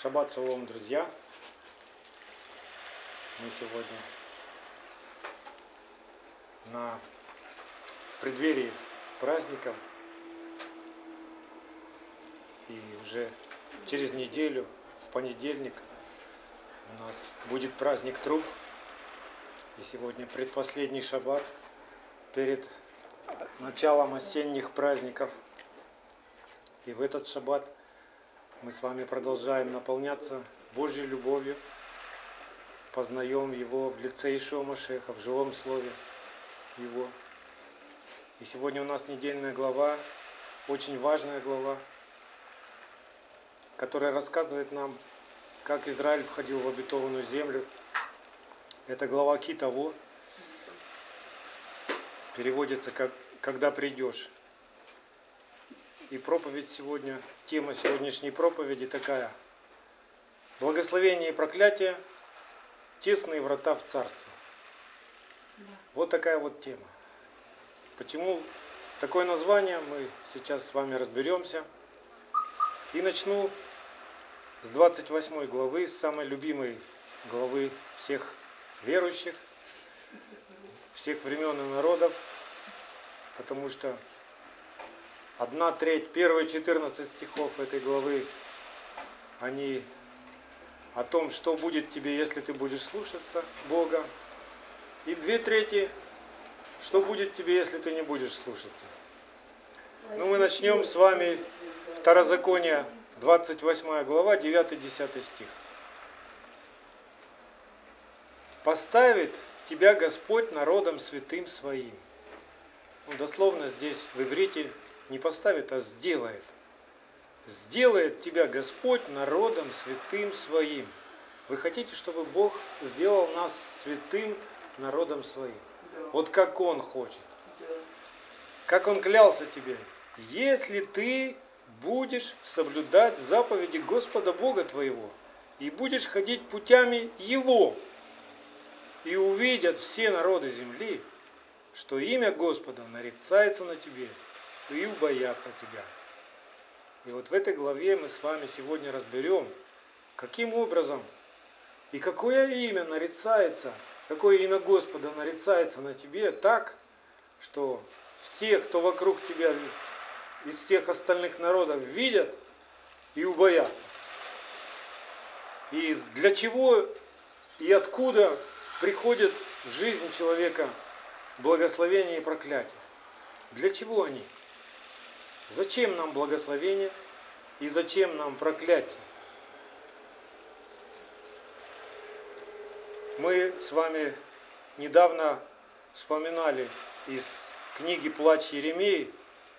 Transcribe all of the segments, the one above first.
Шаббат шалом, друзья! Мы сегодня на преддверии праздников, и уже через неделю, в понедельник, у нас будет праздник Труб. И сегодня предпоследний шаббат перед началом осенних праздников. И в этот шаббат мы с вами продолжаем наполняться Божьей любовью, познаем Его в лице Иешуа Машеха, в живом слове Его. И сегодня у нас недельная глава, очень важная глава, которая рассказывает нам, как Израиль входил в обетованную землю. Это глава Ки-Таво, переводится как «Когда придешь». И проповедь сегодня, тема сегодняшней проповеди такая: благословение и проклятие, тесные врата в царство. Вот такая вот тема. Почему такое название, мы сейчас с вами разберемся. И начну с 28 главы, с самой любимой главы всех верующих, всех времен и народов, потому что 1/3, первые 14 стихов этой главы, они о том, что будет тебе, если ты будешь слушаться Бога. И 2/3, что будет тебе, если ты не будешь слушаться. Ну, мы начнем с вами Второзаконие, 28 глава, 9-10 стих. «Поставит тебя Господь народом святым своим». Ну, дословно здесь в иврите не поставит, а сделает. Сделает тебя Господь народом святым своим. Вы хотите, чтобы Бог сделал нас святым народом своим? Да. Вот как Он хочет. Да. Как Он клялся тебе. Если ты будешь соблюдать заповеди Господа Бога твоего и будешь ходить путями Его, и увидят все народы земли, что имя Господа нарицается на тебе, и убоятся тебя. И вот в этой главе мы с вами сегодня разберем, каким образом и какое имя нарицается, какое имя Господа нарицается на тебе так, что все, кто вокруг тебя из всех остальных народов, видят и убоятся. И для чего и откуда приходит в жизнь человека благословение и проклятие? Для чего они? Зачем нам благословение и зачем нам проклятие? Мы с вами недавно вспоминали из книги «Плач Иеремии»,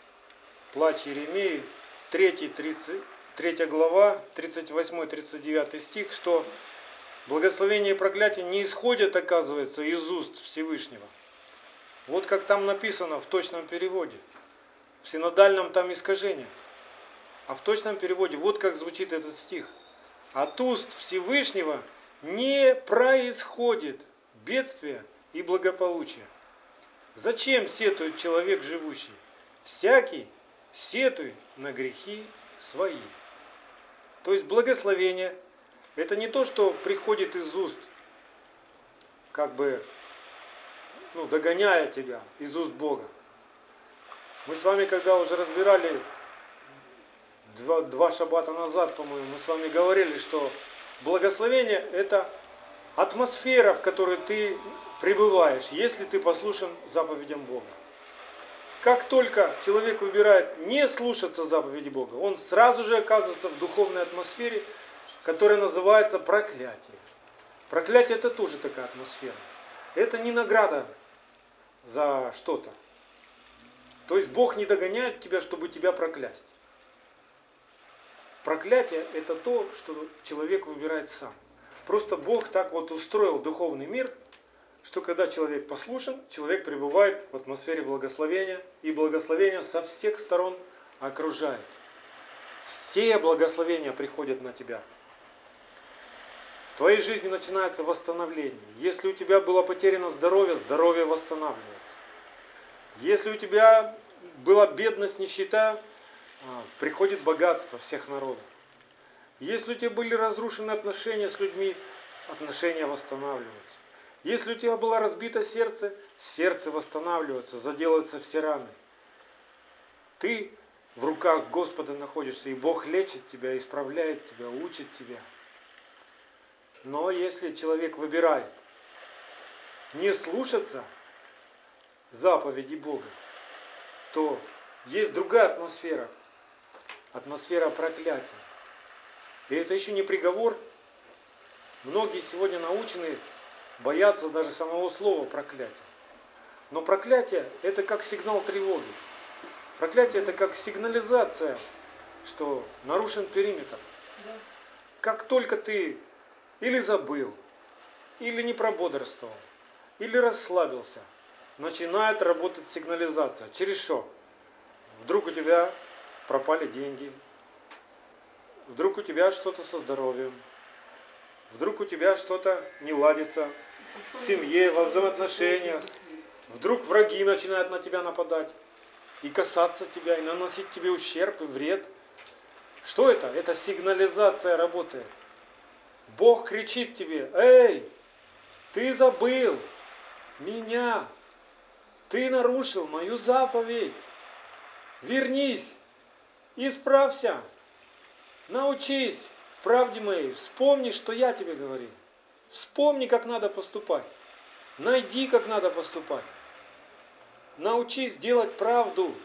3 глава, 38-39 стих, что благословение и проклятие не исходят, оказывается, из уст Всевышнего. Вот как там написано в точном переводе. В синодальном там искажение. А в точном переводе вот как звучит этот стих. От уст Всевышнего не происходит бедствия и благополучия. Зачем сетует человек живущий? Всякий сетует на грехи свои. То есть благословение — это не то, что приходит из уст, как бы догоняя тебя, из уст Бога. Мы с вами, когда уже разбирали два шаббата назад, по-моему, мы с вами говорили, что благословение — это атмосфера, в которой ты пребываешь, если ты послушен заповедям Бога. Как только человек выбирает не слушаться заповеди Бога, он сразу же оказывается в духовной атмосфере, которая называется проклятие. Проклятие — это тоже такая атмосфера. Это не награда за что-то. То есть Бог не догоняет тебя, чтобы тебя проклясть. Проклятие — это то, что человек выбирает сам. Просто Бог так вот устроил духовный мир, что когда человек послушен, человек пребывает в атмосфере благословения, и благословение со всех сторон окружает. Все благословения приходят на тебя. В твоей жизни начинается восстановление. Если у тебя было потеряно здоровье, здоровье восстанавливается. Если у тебя была бедность, нищета, приходит богатство всех народов. Если у тебя были разрушены отношения с людьми, отношения восстанавливаются. Если у тебя было разбито сердце, сердце восстанавливается, заделаются все раны. Ты в руках Господа находишься, и Бог лечит тебя, исправляет тебя, учит тебя. Но если человек выбирает не слушаться заповеди Бога, то есть другая атмосфера, атмосфера проклятия. И это еще не приговор. Многие сегодня научены бояться даже самого слова проклятие. Но проклятие это как сигнал тревоги. Проклятие это как сигнализация, что нарушен периметр. Как только ты или забыл, или не прободрствовал, или расслабился, начинает работать сигнализация. Через что? Вдруг у тебя пропали деньги, вдруг у тебя что-то со здоровьем, вдруг у тебя что-то не ладится в семье, во взаимоотношениях, вдруг враги начинают на тебя нападать и касаться тебя, и наносить тебе ущерб и вред. Что это? Это сигнализация работает. Бог кричит тебе: эй, ты забыл меня, ты нарушил мою заповедь, вернись, исправься, научись правде моей, вспомни, что я тебе говорил, вспомни, как надо поступать, найди, как надо поступать, научись делать правду,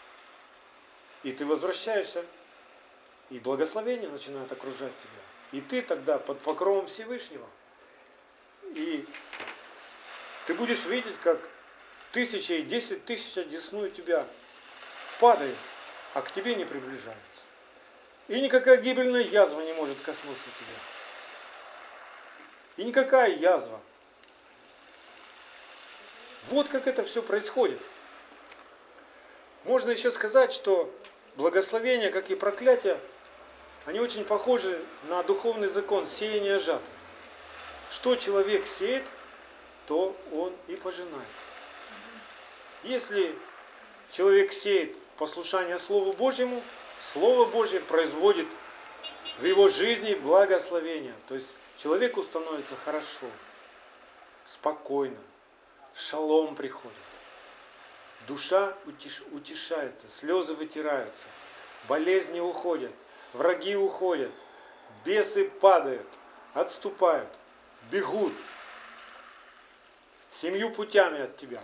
и ты возвращаешься, и благословение начинает окружать тебя. И ты тогда под покровом Всевышнего. И ты будешь видеть, как 1000 и 10 000 одесную тебя падает, а к тебе не приближаются. И никакая гибельная язва не может коснуться тебя. И никакая язва. Вот как это все происходит. Можно еще сказать, что благословение, как и проклятие, они очень похожи на духовный закон сеяния жатвы. Что человек сеет, то он и пожинает. Если человек сеет послушание Слову Божьему, Слово Божье производит в его жизни благословение. То есть человеку становится хорошо, спокойно, шалом приходит. Душа утешается, слезы вытираются, болезни уходят, враги уходят, бесы падают, отступают, бегут 7 путями от тебя.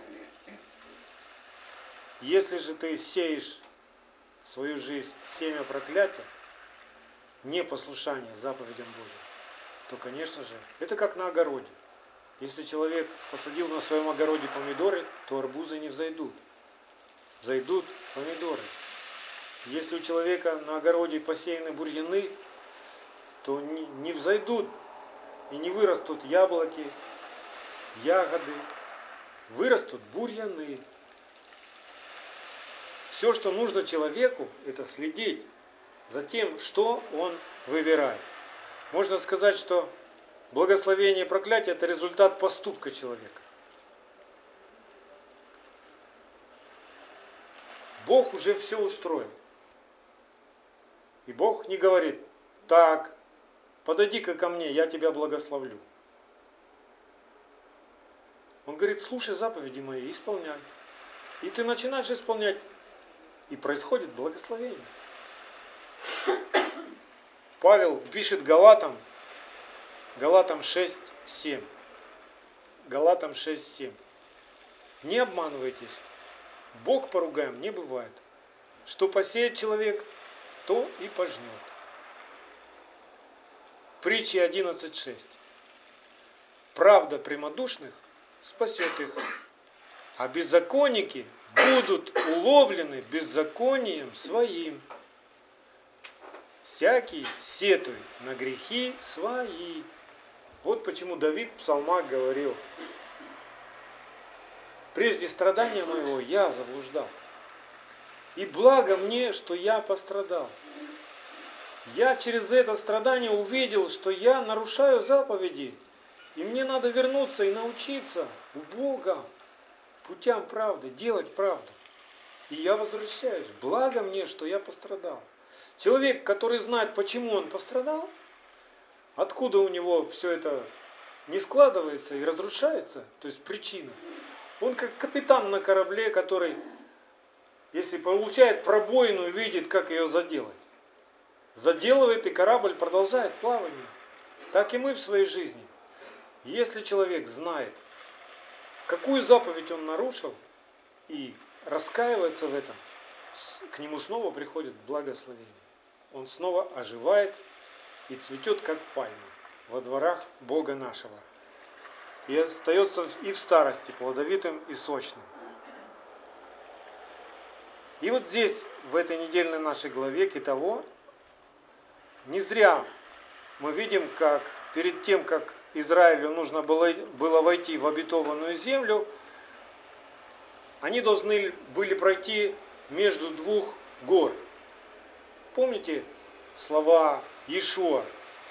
Если же ты сеешь в свою жизнь семя проклятия, непослушание заповедям Божьим, то, конечно же, это как на огороде. Если человек посадил на своем огороде помидоры, то арбузы не взойдут. Взойдут помидоры. Если у человека на огороде посеяны бурьяны, то не взойдут и не вырастут яблоки, ягоды. Вырастут бурьяны. Все, что нужно человеку, это следить за тем, что он выбирает. Можно сказать, что благословение и проклятие – это результат поступка человека. Бог уже все устроил. И Бог не говорит: так, подойди-ка ко мне, я тебя благословлю. Он говорит: слушай заповеди мои, исполняй. И ты начинаешь исполнять, и происходит благословение. Павел пишет Галатам 6:7. Галатам 6:7. Не обманывайтесь, Бог поругаем не бывает. Что посеет человек, то и пожнет. Притчи 11:6. Правда прямодушных спасет их, а беззаконники будут уловлены беззаконием своим. Всякий сетует на грехи свои. Вот почему Давид в псалмах говорил: прежде страдания моего я заблуждал, и благо мне, что я пострадал. Я через это страдание увидел, что я нарушаю заповеди, и мне надо вернуться и научиться у Бога путям правды, делать правду. И я возвращаюсь. Благо мне, что я пострадал. Человек, который знает, почему он пострадал, откуда у него все это не складывается и разрушается, то есть причина. Он как капитан на корабле, который, если получает пробоину, видит, как ее заделать. Заделывает, и корабль продолжает плавание. Так и мы в своей жизни. Если человек знает, какую заповедь он нарушил, и раскаивается в этом, к нему снова приходит благословение. Он снова оживает и цветет, как пальма, во дворах Бога нашего. И остается и в старости плодовитым и сочным. И вот здесь, в этой недельной нашей главе Китово, не зря мы видим, как перед тем, как Израилю нужно было войти в обетованную землю, они должны были пройти между двух гор. Помните слова Иешуа?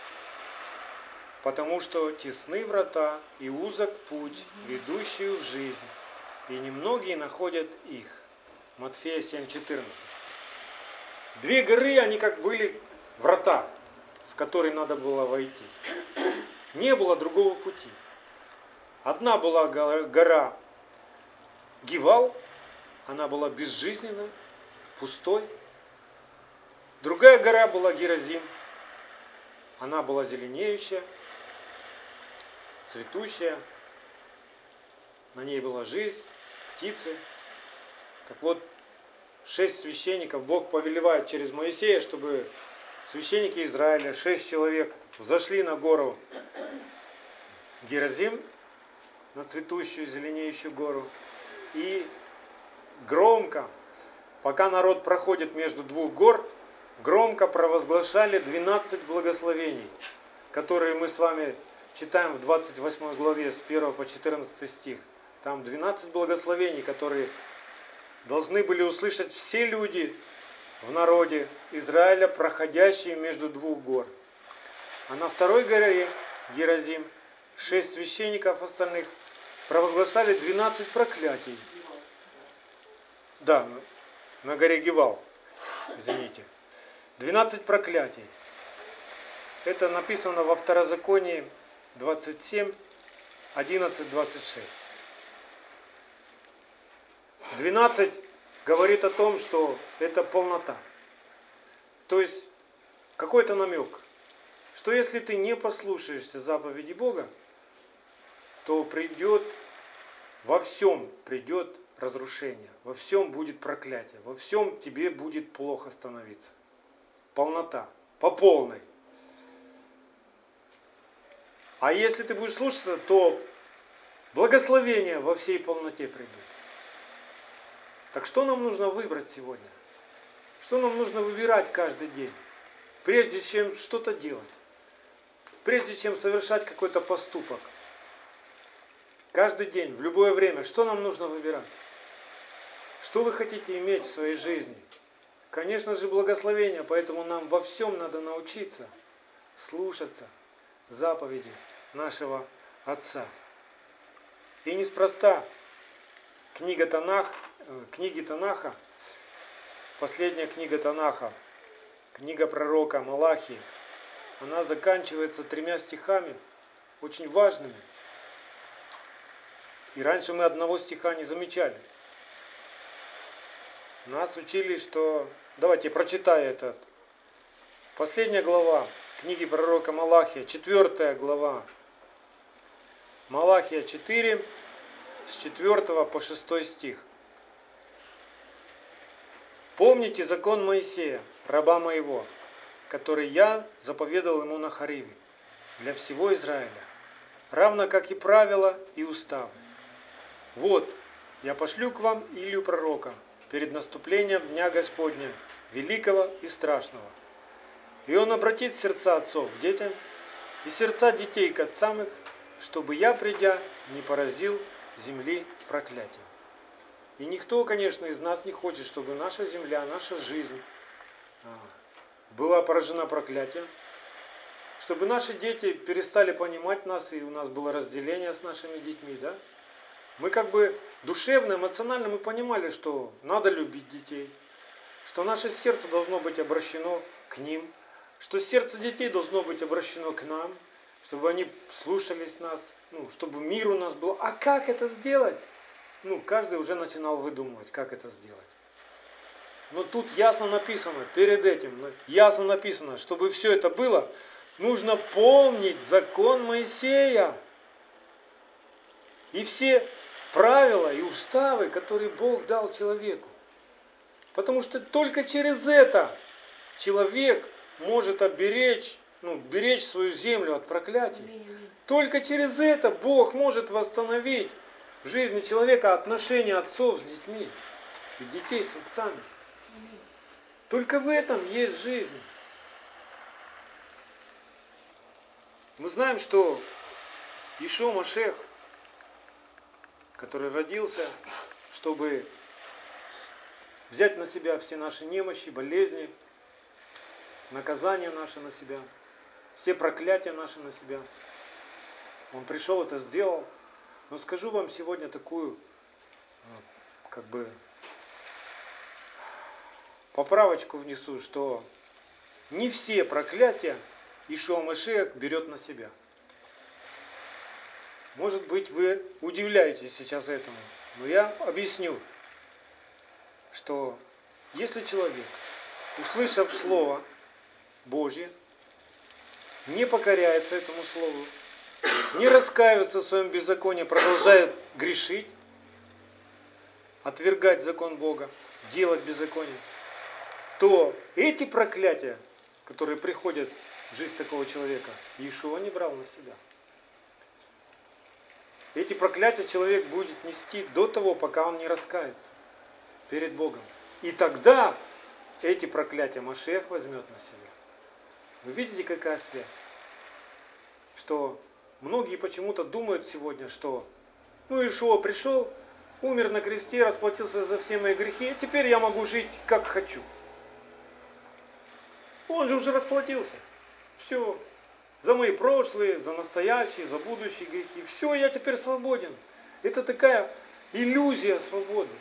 Потому что тесны врата и узок путь, ведущий в жизнь, и немногие находят их. Матфея 7,14. Две горы, они как были врата, в которые надо было войти. Не было другого пути. Одна была гора Гивал, она была безжизненной, пустой. Другая гора была Геразим, она была зеленеющая, цветущая, на ней была жизнь, птицы. Так вот, 6 священников Бог повелевает через Моисея, чтобы священники Израиля, 6 человек, взошли на гору Геразим, на цветущую, зеленеющую гору, и громко, пока народ проходит между двух гор, громко провозглашали 12 благословений, которые мы с вами читаем в 28 главе с 1 по 14 стих. Там 12 благословений, которые должны были услышать все люди в народе Израиля, проходящие между двух гор. А на второй горе Геразим 6 священников остальных провозглашали 12 проклятий. Да, на горе Гивал, извините. 12 проклятий. Это написано во Второзаконии 27, 11, 26. 12 говорит о том, что это полнота. То есть какой-то намек, что если ты не послушаешься заповеди Бога, то во всем придет разрушение, во всем будет проклятие, во всем тебе будет плохо становиться. Полнота, по полной. А если ты будешь слушаться, то благословения во всей полноте придут. Так что нам нужно выбрать сегодня? Что нам нужно выбирать каждый день? Прежде чем что-то делать. Прежде чем совершать какой-то поступок. Каждый день, в любое время, что нам нужно выбирать? Что вы хотите иметь в своей жизни? Конечно же, благословение, поэтому нам во всем надо научиться слушаться заповеди нашего Отца. И неспроста книги Танаха, последняя книга Танаха, книга пророка Малахии, она заканчивается 3 стихами, очень важными. И раньше мы одного стиха не замечали. Нас учили, что... Давайте, прочитаю это. Последняя глава книги пророка Малахия, 4 глава. Малахия 4, с 4 по 6 стих. «Помните закон Моисея, раба моего, который я заповедал ему на Хориве, для всего Израиля, равно как и правила и уставы. Вот, я пошлю к вам Илью пророка перед наступлением Дня Господня, великого и страшного. И он обратит сердца отцов к детям и сердца детей к отцам их, чтобы я, придя, не поразил земли проклятием». И никто, конечно, из нас не хочет, чтобы наша земля, наша жизнь была поражена проклятием, чтобы наши дети перестали понимать нас, и у нас было разделение с нашими детьми, да? Мы как бы душевно, эмоционально мы понимали, что надо любить детей, что наше сердце должно быть обращено к ним, что сердце детей должно быть обращено к нам, чтобы они слушались нас, чтобы мир у нас был. А как это сделать? Каждый уже начинал выдумывать, как это сделать. Но тут ясно написано, перед этим, ясно написано, чтобы все это было, нужно помнить закон Моисея. И все правила и уставы, которые Бог дал человеку. Потому что только через это человек может беречь свою землю от проклятий. Только через это Бог может восстановить в жизни человека отношения отцов с детьми и детей с отцами. Только в этом есть жизнь. Мы знаем, что Иешуа Машиах, который родился, чтобы взять на себя все наши немощи, болезни, наказания наши на себя, все проклятия наши на себя. Он пришел, это сделал. Но скажу вам сегодня такую, поправочку внесу, что не все проклятия Иешуа Машиах берет на себя. Может быть, вы удивляетесь сейчас этому, но я объясню, что если человек, услышав Слово Божье, не покоряется этому Слову, не раскаивается в своем беззаконии, продолжает грешить, отвергать закон Бога, делать беззаконие, то эти проклятия, которые приходят в жизнь такого человека, Иешуа не брал на себя. Эти проклятия человек будет нести до того, пока он не раскается перед Богом. И тогда эти проклятия Машиах возьмет на себя. Вы видите, какая связь? Что многие почему-то думают сегодня, что Иешуа пришел, умер на кресте, расплатился за все мои грехи, и теперь я могу жить как хочу. Он же уже расплатился. Все. За мои прошлые, за настоящие, за будущие грехи. Все, я теперь свободен. Это такая иллюзия свободы.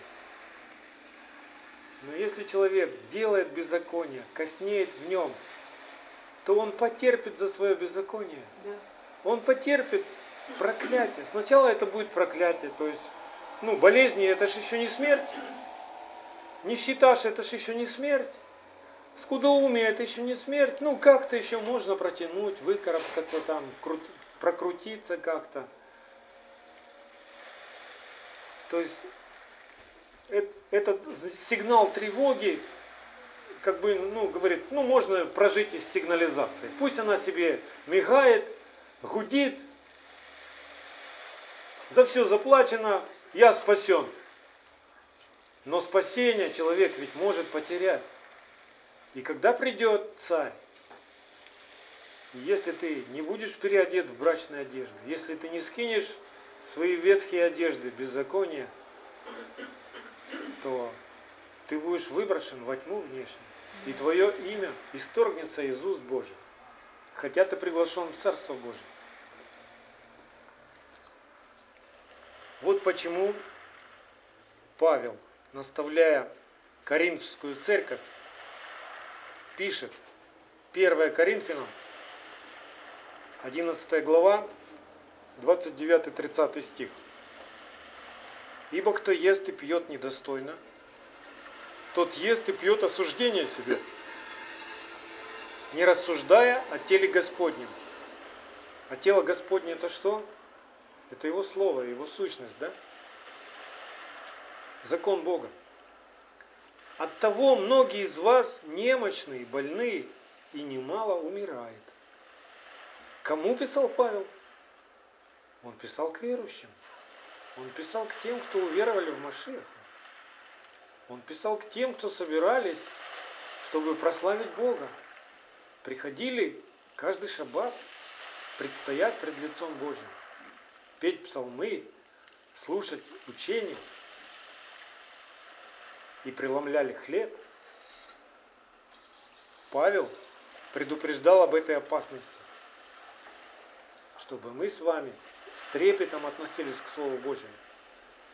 Но если человек делает беззаконие, коснеет в нем, то он потерпит за свое беззаконие. Да. Он потерпит проклятие. Сначала это будет проклятие. То есть, болезни это же еще не смерть. Нищета же это же еще не смерть. Скудоумие это еще не смерть. Как-то еще можно протянуть, выкарабкаться там, прокрутиться как-то. То есть этот сигнал тревоги, говорит, можно прожить из сигнализации. Пусть она себе мигает, гудит, за все заплачено, я спасен. Но спасение человек ведь может потерять. И когда придет царь, если ты не будешь переодет в брачные одежды, если ты не скинешь свои ветхие одежды беззакония, то ты будешь выброшен во тьму внешнюю. И твое имя исторгнется из уст Божьих. Хотя ты приглашен в Царство Божие. Вот почему Павел, наставляя Коринфскую церковь, пишет 1 Коринфянам, 11 глава, 29-30 стих. «Ибо кто ест и пьет недостойно, тот ест и пьет осуждение себе, не рассуждая о теле Господнем». А тело Господне это что? Это Его Слово, Его сущность, да? Закон Бога. Оттого многие из вас немощные, больные, и немало умирает. Кому писал Павел? Он писал к верующим. Он писал к тем, кто уверовали в Машиаха. Он писал к тем, кто собирались, чтобы прославить Бога. Приходили каждый шаббат предстоять пред лицом Божьим. Петь псалмы, слушать учения. И преломляли хлеб. Павел предупреждал об этой опасности. Чтобы мы с вами с трепетом относились к Слову Божьему.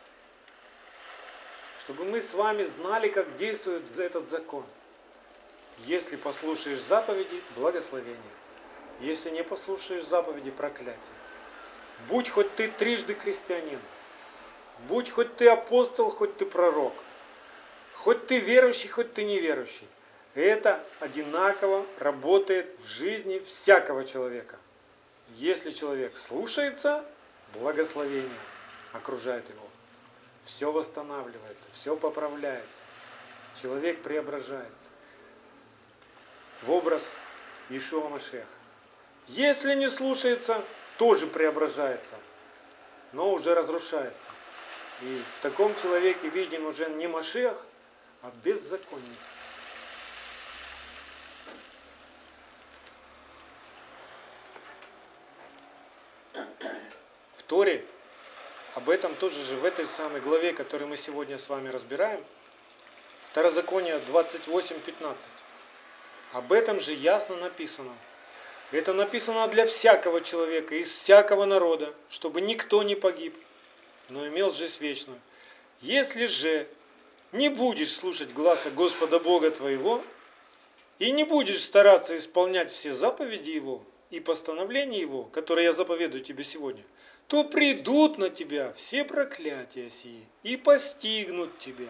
Чтобы мы с вами знали, как действует этот закон. Если послушаешь заповеди, благословение. Если не послушаешь заповеди, проклятие. Будь хоть ты трижды христианин, будь хоть ты апостол, хоть ты пророк, хоть ты верующий, хоть ты неверующий. Это одинаково работает в жизни всякого человека. Если человек слушается, благословение окружает его. Все восстанавливается, все поправляется. Человек преображается в образ Иешуа Машиаха. Если не слушается, тоже преображается, но уже разрушается. И в таком человеке виден уже не Машиах, а беззаконник. В Торе об этом тоже же в этой самой главе, которую мы сегодня с вами разбираем, Второзаконие 28:15. Об этом же ясно написано. Это написано для всякого человека, из всякого народа, чтобы никто не погиб, но имел жизнь вечную. Если же не будешь слушать гласа Господа Бога твоего, и не будешь стараться исполнять все заповеди Его и постановления Его, которые я заповедую тебе сегодня, то придут на тебя все проклятия сии и постигнут тебя.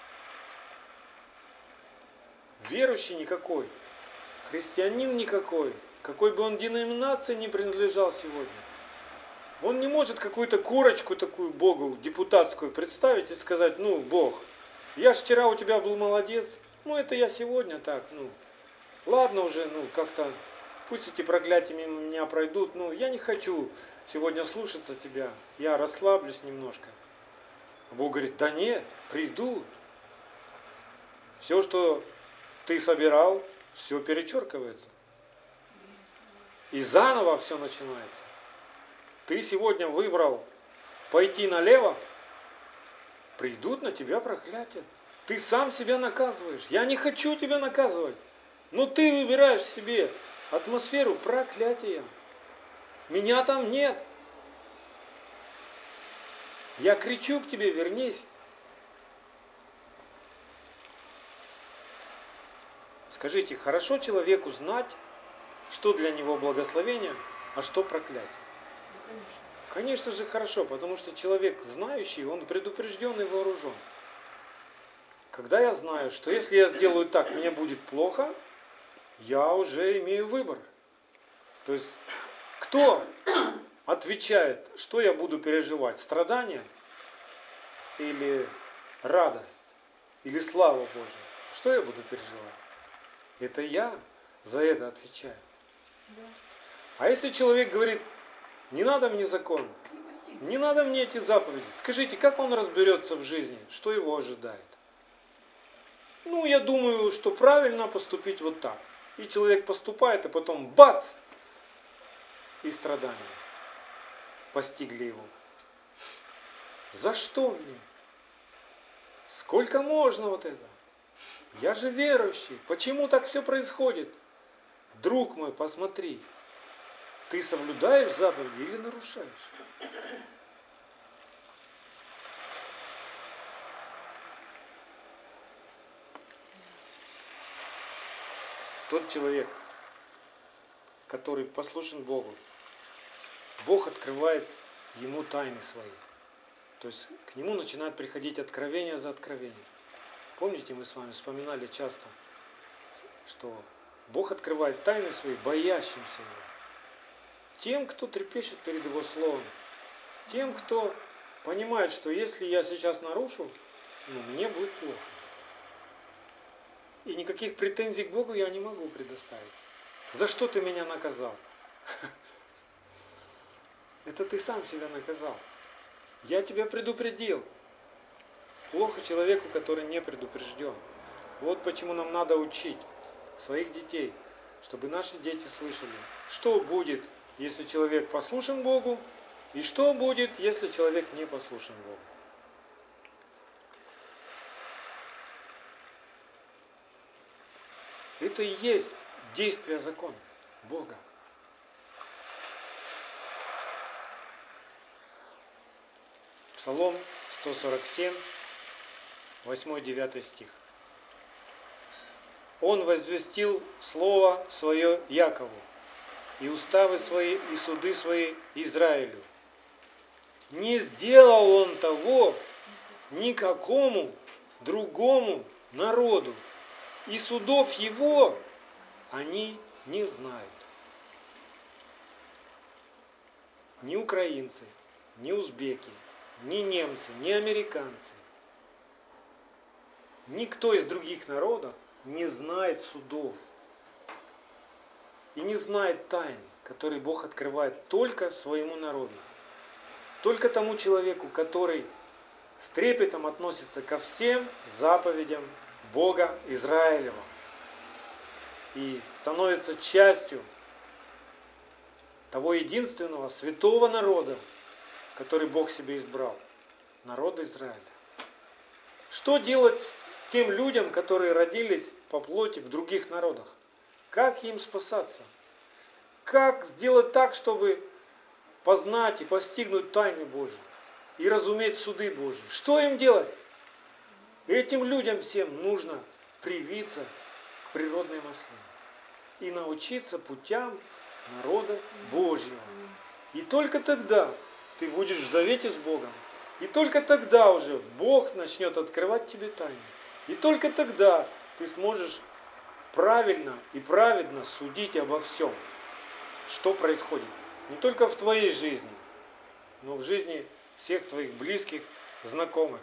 Верующий никакой, христианин никакой, какой бы он деноминации ни принадлежал сегодня, он не может какую-то корочку такую Богу депутатскую представить и сказать: ну, Бог, я ж вчера у тебя был молодец, ну это я сегодня так, ну, ладно уже, ну как-то, пусть эти проклятия мимо меня пройдут, ну я не хочу сегодня слушаться тебя, я расслаблюсь немножко. А Бог говорит: да нет, придут. Все, что ты собирал, все перечеркивается. И заново все начинается. Ты сегодня выбрал пойти налево, придут на тебя проклятия. Ты сам себя наказываешь. Я не хочу тебя наказывать. Но ты выбираешь себе атмосферу проклятия. Меня там нет. Я кричу к тебе: вернись. Скажите, хорошо человеку знать, что для него благословение, а что проклятие? Конечно же хорошо, потому что человек знающий, он предупрежден и вооружен. Когда я знаю, что если я сделаю так, мне будет плохо, я уже имею выбор. То есть, кто отвечает, что я буду переживать? Страдания или радость? Или слава Божия? Что я буду переживать? Это я за это отвечаю. А если человек говорит: не надо мне закон, не надо мне эти заповеди, скажите, как он разберется в жизни, что его ожидает? Ну, я думаю, что правильно поступить вот так. И человек поступает, и потом бац! И страдания постигли его. За что мне? Сколько можно вот это? Я же верующий. Почему так все происходит? Друг мой, посмотри. Ты соблюдаешь заповеди или нарушаешь? Тот человек, который послушен Богу, Бог открывает ему тайны свои. То есть к нему начинают приходить откровения за откровением. Помните, мы с вами вспоминали часто, что Бог открывает тайны свои боящимся Его. Тем, кто трепещет перед Его Словом. Тем, кто понимает, что если я сейчас нарушу, мне будет плохо. И никаких претензий к Богу я не могу предоставить. За что ты меня наказал? Это ты сам себя наказал. Я тебя предупредил. Плохо человеку, который не предупрежден. Вот почему нам надо учить своих детей, чтобы наши дети слышали, что будет, если человек послушен Богу, и что будет, если человек не послушен Богу. Это и есть действие закона Бога. Псалом 147, 8-9 стих. Он возвестил слово свое Якову, и уставы свои, и суды свои Израилю. Не сделал он того никакому другому народу, и судов его они не знают. Ни украинцы, ни узбеки, ни немцы, ни американцы, никто из других народов не знает судов и не знает тайн, которые Бог открывает только своему народу. Только тому человеку, который с трепетом относится ко всем заповедям Бога Израилева и становится частью того единственного святого народа, который Бог себе избрал, народа Израиля. Что делать с тем людям, которые родились по плоти в других народах? Как им спасаться? Как сделать так, чтобы познать и постигнуть тайны Божьи и разуметь суды Божьи? Что им делать? Этим людям всем нужно привиться к природной маслине и научиться путям народа Божьего. И только тогда ты будешь в завете с Богом. И только тогда уже Бог начнет открывать тебе тайны. И только тогда ты сможешь правильно и праведно судить обо всем, что происходит. Не только в твоей жизни, но в жизни всех твоих близких, знакомых.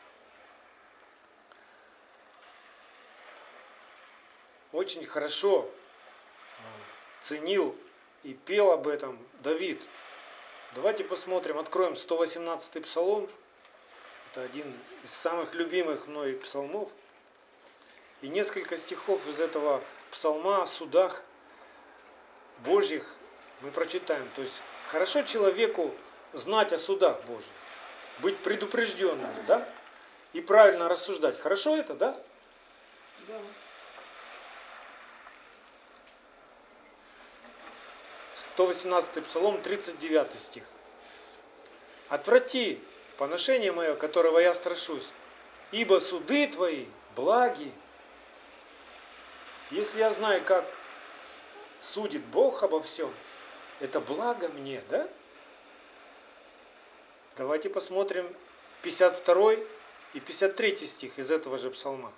Очень хорошо ценил и пел об этом Давид. Давайте посмотрим, откроем 118-й псалом. Это один из самых любимых мной псалмов. И несколько стихов из этого псалма о судах Божьих мы прочитаем. То есть хорошо человеку знать о судах Божьих, быть предупрежденным, да? И правильно рассуждать. Хорошо это, да? Да. 118-й псалом, 39 стих. «Отврати поношение мое, которого я страшусь, ибо суды твои благи». Если я знаю, как судит Бог обо всем, это благо мне, да? Давайте посмотрим 52 и 53 стих из этого же псалма.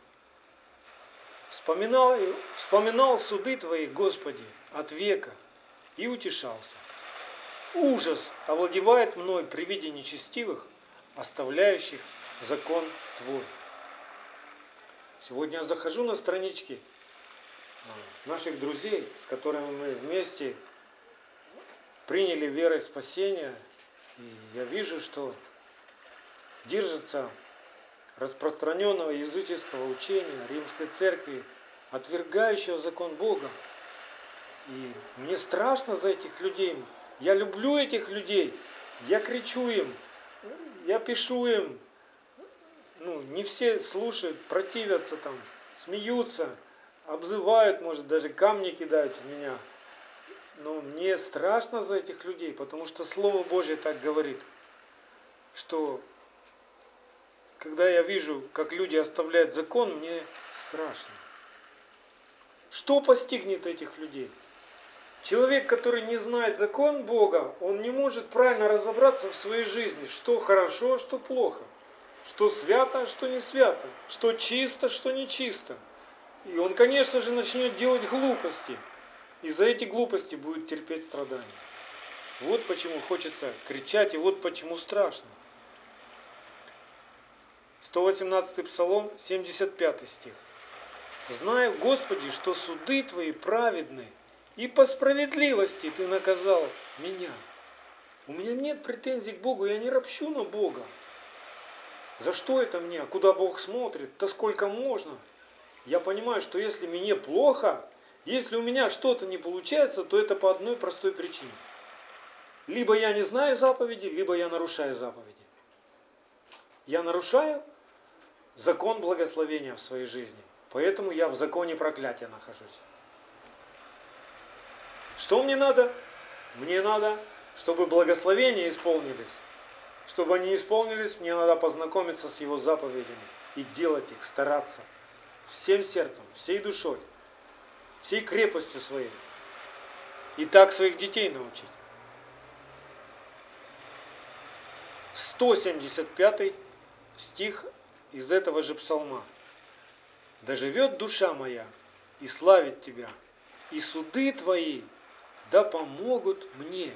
«Вспоминал суды твои, Господи, от века, и утешался. Ужас овладевает мной при виде нечестивых, оставляющих закон Твой». Сегодня я захожу на странички наших друзей, с которыми мы вместе приняли верой спасения, и я вижу, что держится распространенного языческого учения Римской Церкви, отвергающего закон Бога. И мне страшно за этих людей. Я люблю этих людей. Я кричу им, я пишу им. Не все слушают, противятся там, смеются, обзывают, может, даже камни кидают в меня. Но мне страшно за этих людей, потому что Слово Божье так говорит, что когда я вижу, как люди оставляют закон, мне страшно. Что постигнет этих людей? Человек, который не знает закон Бога, он не может правильно разобраться в своей жизни, что хорошо, что плохо, что свято, что не свято, что чисто, что не чисто. И он, конечно же, начнет делать глупости, и за эти глупости будет терпеть страдания. Вот почему хочется кричать, и вот почему страшно. 118-й псалом, 75 стих. «Знаю, Господи, что суды Твои праведны, и по справедливости Ты наказал меня». У меня нет претензий к Богу, я не ропщу на Бога. За что это мне? Куда Бог смотрит? Да сколько можно? Я понимаю, что если мне плохо, если у меня что-то не получается, то это по одной простой причине. Либо я не знаю заповеди, либо я нарушаю заповеди. Я нарушаю закон благословения в своей жизни. Поэтому я в законе проклятия нахожусь. Что мне надо? Мне надо, чтобы благословения исполнились. Чтобы они исполнились, мне надо познакомиться с Его заповедями и делать их, стараться. всем сердцем, всей душой, всей крепостью своей. И так своих детей научить. 175 стих из этого же псалма. «Да живет душа моя и славит Тебя, и суды Твои да помогут мне».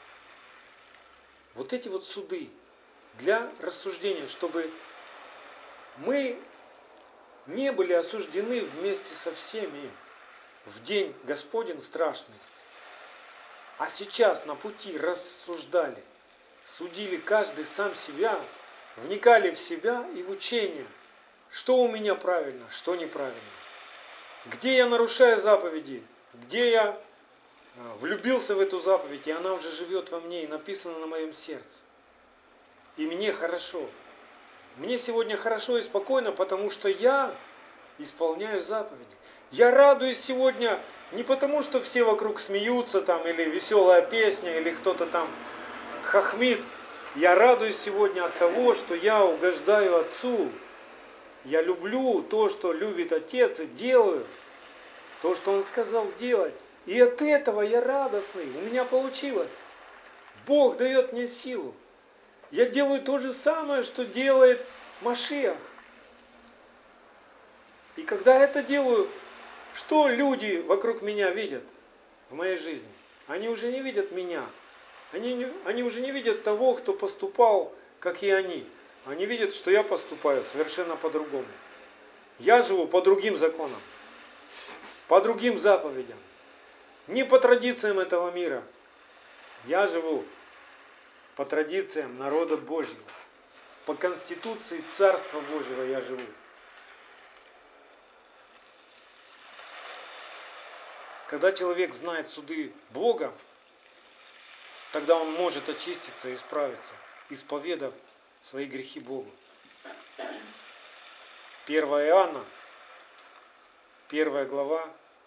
Вот эти вот суды для рассуждения, чтобы мы не были осуждены вместе со всеми в день Господень страшный. А сейчас на пути рассуждали, судили каждый сам себя, вникали в себя и в учение, что у меня правильно, что неправильно. Где я нарушаю заповеди, где я влюбился в эту заповедь, и она уже живет во мне и написана на моем сердце. И мне хорошо. Мне сегодня хорошо и спокойно, потому что я исполняю заповеди. Я радуюсь сегодня не потому, что все вокруг смеются там, или веселая песня, или кто-то там хохмит. Я радуюсь сегодня от того, что я угождаю Отцу. Я люблю то, что любит Отец, и делаю то, что Он сказал делать. И от этого я радостный. У меня получилось. Бог дает мне силу. Я делаю то же самое, что делает Машиах. И когда я это делаю, что люди вокруг меня видят в моей жизни? Они уже не видят меня. Они уже не видят того, кто поступал, как и они. Они видят, что я поступаю совершенно по-другому. Я живу по другим законам, по другим заповедям. Не по традициям этого мира. Я живу по традициям народа Божьего. По конституции Царства Божьего я живу. Когда человек знает суды Бога, тогда он может очиститься и исправиться, исповедав свои грехи Богу. 1 Иоанна, 1 глава,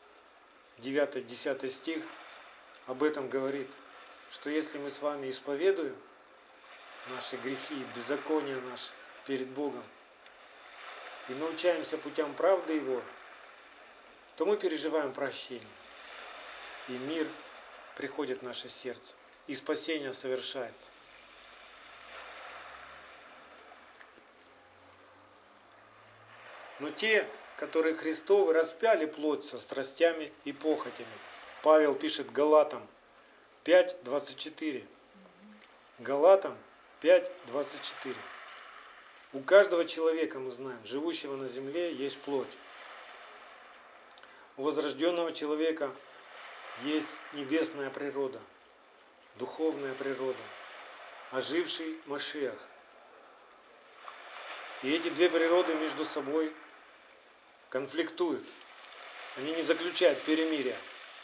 9-10 стих об этом говорит, что если мы с вами исповедуем наши грехи и беззакония наши перед Богом и научаемся путям правды Его, то мы переживаем прощение. И мир приходит в наше сердце. И спасение совершается. Но те, которые Христовы, распяли плоть со страстями и похотями. Павел пишет Галатам 5:24. Галатам 5:24. У каждого человека, мы знаем, живущего на земле, есть плоть. У возрожденного человека есть небесная природа, духовная природа, оживший Машиах. И эти две природы между собой конфликтуют. Они не заключают перемирия.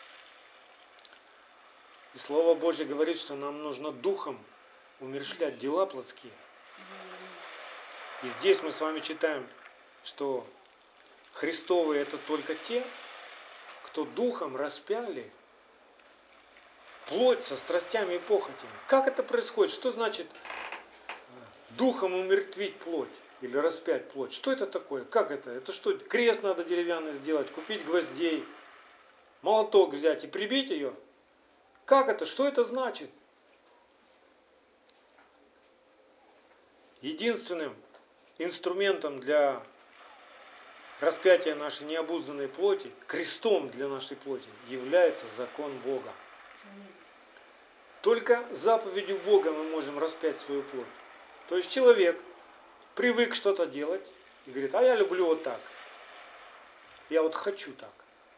И Слово Божье говорит, что нам нужно духом умерщвлять дела плотские. И здесь мы с вами читаем, что Христовые это только те, кто духом распяли плоть со страстями и похотями. Как это происходит? Что значит духом умертвить плоть или распять плоть? Что это такое? Как это? Это что, крест надо деревянный сделать, купить гвоздей, молоток взять и прибить ее? Как это? Что это значит? Единственным инструментом для распятия нашей необузданной плоти, крестом для нашей плоти, является закон Бога. Только заповедью Бога мы можем распять свою плоть. То есть человек привык что-то делать и говорит, а я люблю вот так. Я вот хочу так.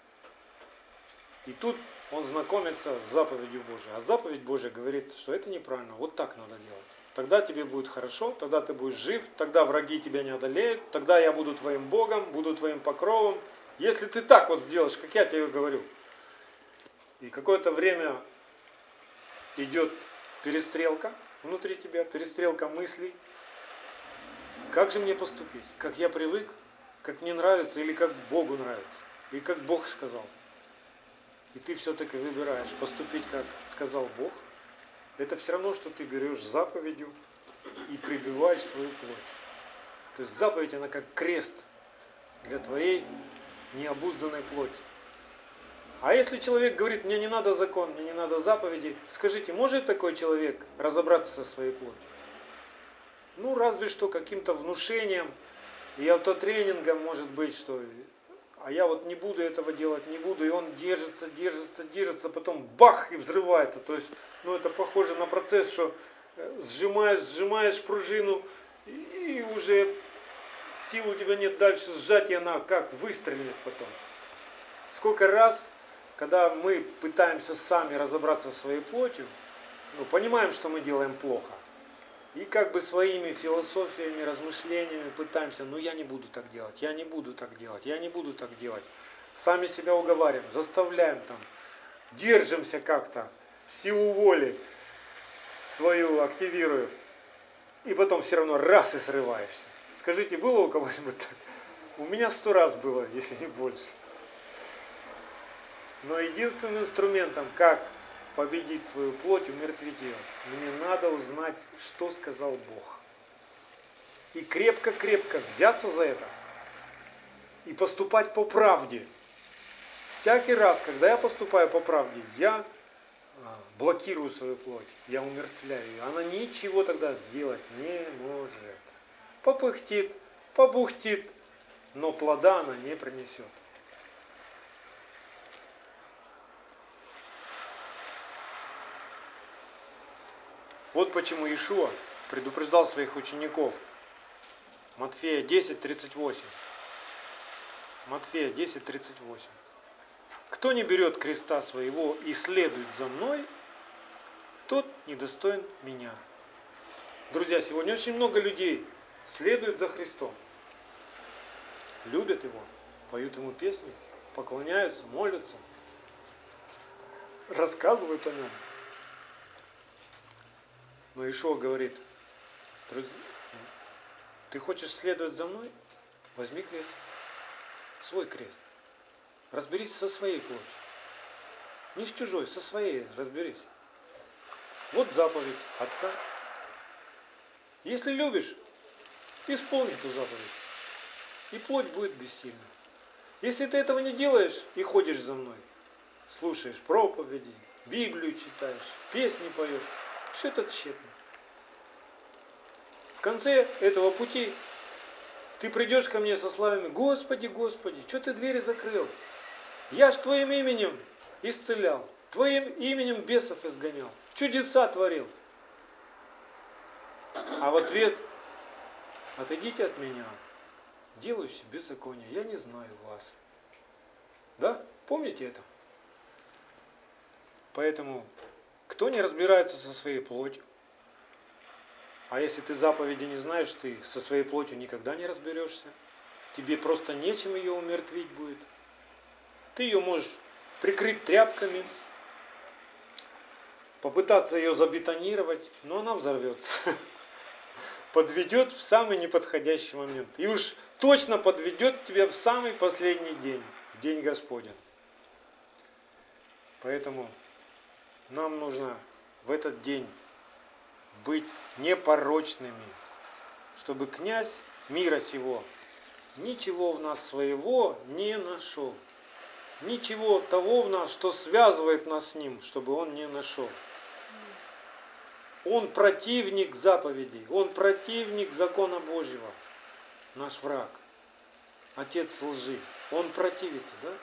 И тут он знакомится с заповедью Божией. А заповедь Божия говорит, что это неправильно, вот так надо делать. Тогда тебе будет хорошо, тогда ты будешь жив, тогда враги тебя не одолеют, тогда я буду твоим Богом, буду твоим покровом. Если ты так вот сделаешь, как я тебе говорю. И какое-то время идет перестрелка внутри тебя, перестрелка мыслей. Как же мне поступить? Как я привык? Как мне нравится или как Богу нравится? И как Бог сказал. И ты все-таки выбираешь поступить, как сказал Бог. Это все равно, что ты берешь заповедью и прибиваешь свою плоть. То есть заповедь, она как крест для твоей необузданной плоти. А если человек говорит, мне не надо закон, мне не надо заповеди, скажите, может такой человек разобраться со своей плотью? Ну, разве что каким-то внушением и автотренингом, может быть, что а я вот не буду этого делать, не буду, и он держится, потом бах, и взрывается. То есть, ну, это похоже на процесс, что сжимаешь пружину, и уже сил у тебя нет дальше сжать, и она как выстрелит потом. Сколько раз, когда мы пытаемся сами разобраться со своей плотью, ну, понимаем, что мы делаем плохо, и как бы своими философиями, размышлениями пытаемся, ну я не буду так делать, я не буду так делать, я не буду так делать. Сами себя уговариваем, заставляем там, держимся как-то, силу воли свою активируем, и потом все равно раз и срываешься. Скажите, было у кого-нибудь так? У меня 100 раз было, если не больше. Но единственным инструментом, как победить свою плоть, умертвить ее, мне надо узнать, что сказал Бог. И крепко-крепко взяться за это и поступать по правде. Всякий раз, когда я поступаю по правде, я блокирую свою плоть, я умертвляю ее. Она ничего тогда сделать не может. Попыхтит, побухтит, но плода она не принесет. Вот почему Иешуа предупреждал своих учеников. Матфея 10:38. Матфея 10:38. Кто не берет креста своего и следует за мной, тот недостоин меня. Друзья, сегодня очень много людей следуют за Христом. Любят Его, поют Ему песни, поклоняются, молятся, рассказывают о Нем. Но Иешуа говорит, ты хочешь следовать за мной? Возьми крест, свой крест. Разберись со своей плотью. Не с чужой, со своей разберись. Вот заповедь Отца. Если любишь, исполни эту заповедь. И плоть будет бессильна. Если ты этого не делаешь и ходишь за мной, слушаешь проповеди, Библию читаешь, песни поешь, все это тщетно. В конце этого пути ты придешь ко мне со словами: Господи, Господи, что ты двери закрыл? Я ж Твоим именем исцелял, Твоим именем бесов изгонял, чудеса творил. А в ответ: отойдите от меня, делающие беззаконие, я не знаю вас. Да? Помните это? Поэтому, кто не разбирается со своей плотью, а если ты заповеди не знаешь, ты со своей плотью никогда не разберешься, тебе просто нечем ее умертвить будет. Ты ее можешь прикрыть тряпками, попытаться ее забетонировать, но она взорвется. Подведет в самый неподходящий момент. И уж точно подведет тебя в самый последний день, день Господень. Поэтому нам нужно в этот день быть непорочными, чтобы князь мира сего ничего в нас своего не нашел. Ничего того в нас, что связывает нас с ним, чтобы он не нашел. Он противник заповедей, он противник закона Божьего, наш враг, отец лжи. Он противится, да?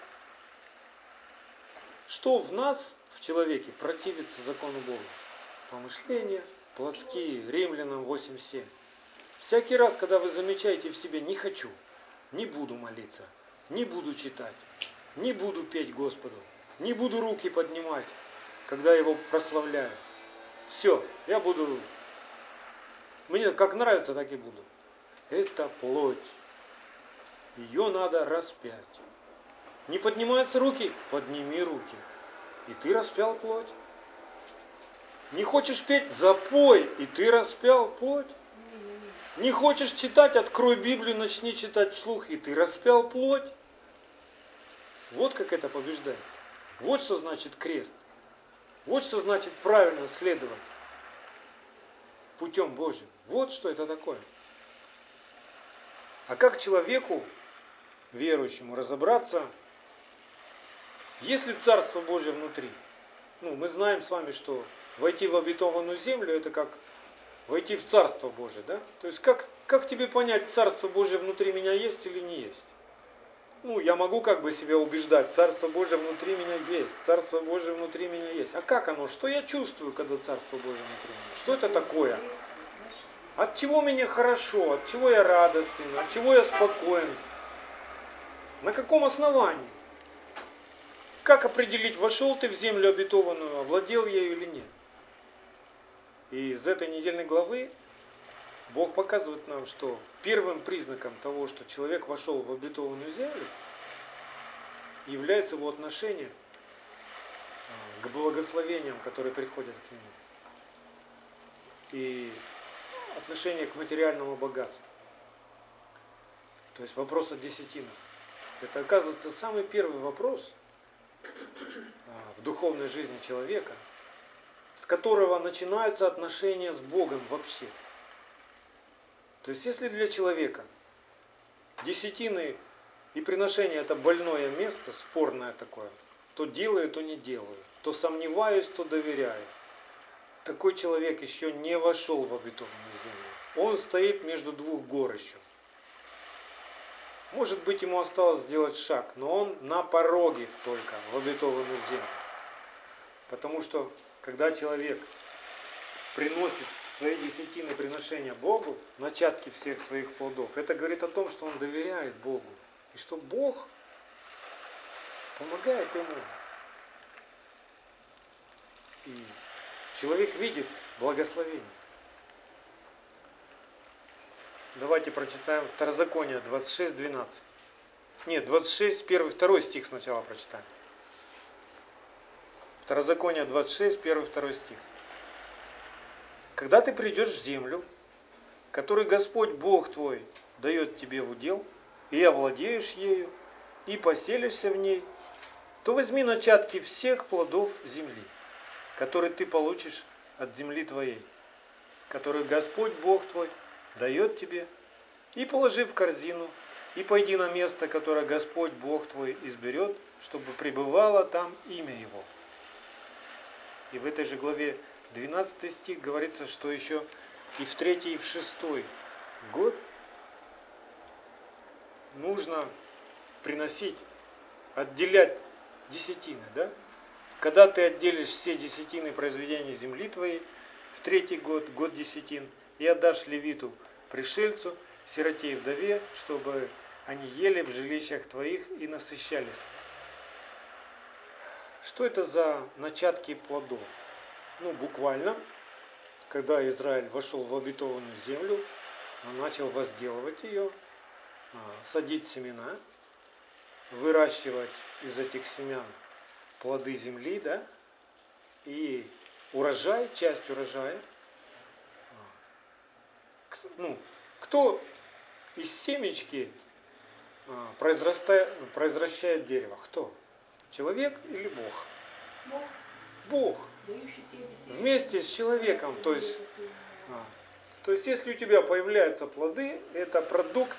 Что в нас, в человеке, противится закону Бога? Помышления плотские, Римлянам 8:7. Всякий раз, когда вы замечаете в себе: не хочу, не буду молиться, не буду читать, не буду петь Господу, не буду руки поднимать, когда Его прославляю. Все, я буду, мне как нравится, так и буду. Это плоть. Ее надо распять. Не поднимаются руки? Подними руки. И ты распял плоть. Не хочешь петь? Запой, и ты распял плоть. Не хочешь читать? Открой Библию, начни читать вслух, и ты распял плоть. Вот как это побеждает. Вот что значит крест. Вот что значит правильно следовать путем Божьим. Вот что это такое. А как человеку верующему разобраться, есть ли Царство Божие внутри. Мы знаем с вами, что войти в обетованную землю, это как войти в Царство Божие, да? То есть как тебе понять, Царство Божие внутри меня есть или не есть? Я могу себя убеждать, Царство Божие внутри меня есть, Царство Божие внутри меня есть. А как оно? Что я чувствую, когда Царство Божие внутри меня? Что это такое? От чего мне хорошо, от чего я радостен, от чего я спокоен? На каком основании? Как определить, вошел ты в землю обетованную, овладел ею или нет? И из этой недельной главы Бог показывает нам, что первым признаком того, что человек вошел в обетованную землю, является его отношение к благословениям, которые приходят к нему. И отношение к материальному богатству. То есть вопрос о десятинах. Это, оказывается, самый первый вопрос в духовной жизни человека, с которого начинаются отношения с Богом вообще. То есть если для человека десятины и приношение это больное место, спорное такое, то делаю, то не делаю, то сомневаюсь, то доверяю. Такой человек еще не вошел в обетованную землю. Он стоит между двух гор еще. Может быть, ему осталось сделать шаг, но он на пороге только в обетованную землю. Потому что, когда человек приносит свои десятины приношения Богу, начатки всех своих плодов, это говорит о том, что он доверяет Богу. И что Бог помогает ему. И человек видит благословение. Давайте прочитаем Второзаконие 26:12. Нет, 26, 1, 2 стих сначала прочитаем. Второзаконие 26, 1, 2 стих. Когда ты придешь в землю, которую Господь Бог твой дает тебе в удел, и овладеешь ею, и поселишься в ней, то возьми начатки всех плодов земли, которые ты получишь от земли твоей, которую Господь Бог твой дает тебе, и положи в корзину, и пойди на место, которое Господь Бог твой изберет, чтобы пребывало там имя Его. И в этой же главе 12 стих говорится, что еще и в 3 и в 6 год нужно приносить, отделять десятины, да? Когда ты отделишь все десятины произведения земли твоей, в 3 год, год десятин, и отдашь левиту, пришельцу, сироте и вдове, чтобы они ели в жилищах твоих и насыщались. Что это за начатки плодов? Буквально, когда Израиль вошел в обетованную землю, он начал возделывать ее, садить семена, выращивать из этих семян плоды земли, да, и урожай, часть урожая. Кто из семечки произращает дерево? Кто? Человек или Бог? Бог. Бог. Вместе с человеком. То есть, если у тебя появляются плоды, это продукт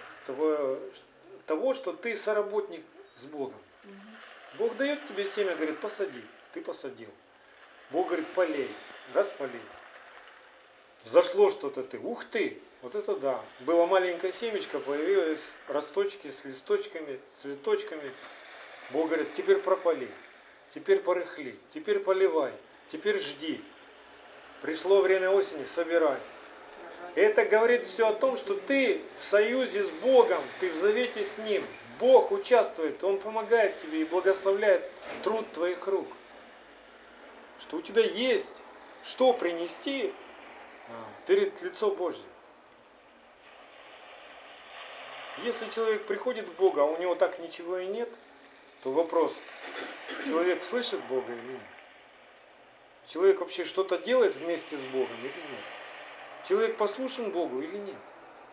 того, что ты соработник с Богом. Бог дает тебе семя, говорит, посади. Ты посадил. Бог говорит, полей. Раз полей. Зашло что-то ты. Ух ты! Вот это да. Было маленькое семечко, появились росточки с листочками, цветочками. Бог говорит, теперь прополи. Теперь порыхли. Теперь поливай. Теперь жди. Пришло время осени, собирай. Это говорит все о том, что ты в союзе с Богом, ты в завете с Ним. Бог участвует, Он помогает тебе и благословляет труд твоих рук. Что у тебя есть, что принести перед лицо Божье. Если человек приходит к Богу, а у него так ничего и нет, то вопрос, человек слышит Бога или нет? Человек вообще что-то делает вместе с Богом или нет? Человек послушен Богу или нет?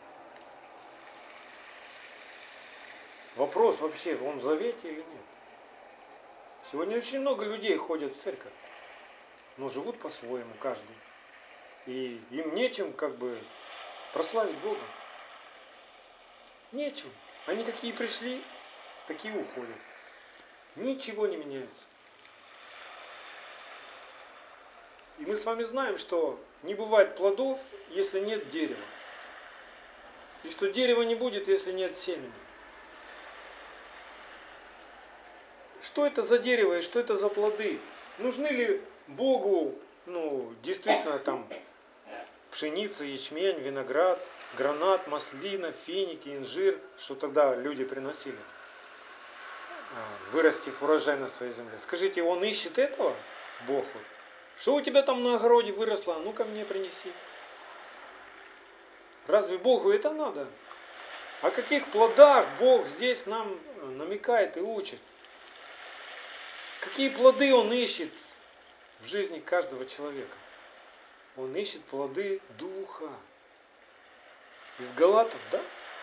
Вопрос вообще, он в завете или нет? Сегодня очень много людей ходят в церковь, но живут по-своему каждый. И им нечем прославить Бога. Нечего. Они какие пришли, такие уходят. Ничего не меняется. И мы с вами знаем, что не бывает плодов, если нет дерева. И что дерева не будет, если нет семени. Что это за дерево и что это за плоды? Нужны ли Богу, действительно там пшеница, ячмень, виноград, гранат, маслина, финики, инжир, что тогда люди приносили, вырастив урожай на своей земле? Скажите, он ищет этого, Бог? Что у тебя там на огороде выросло? А ну-ка мне принеси. Разве Богу это надо? О каких плодах Бог здесь нам намекает и учит? Какие плоды Он ищет в жизни каждого человека? Он ищет плоды Духа. Из Галатов, да?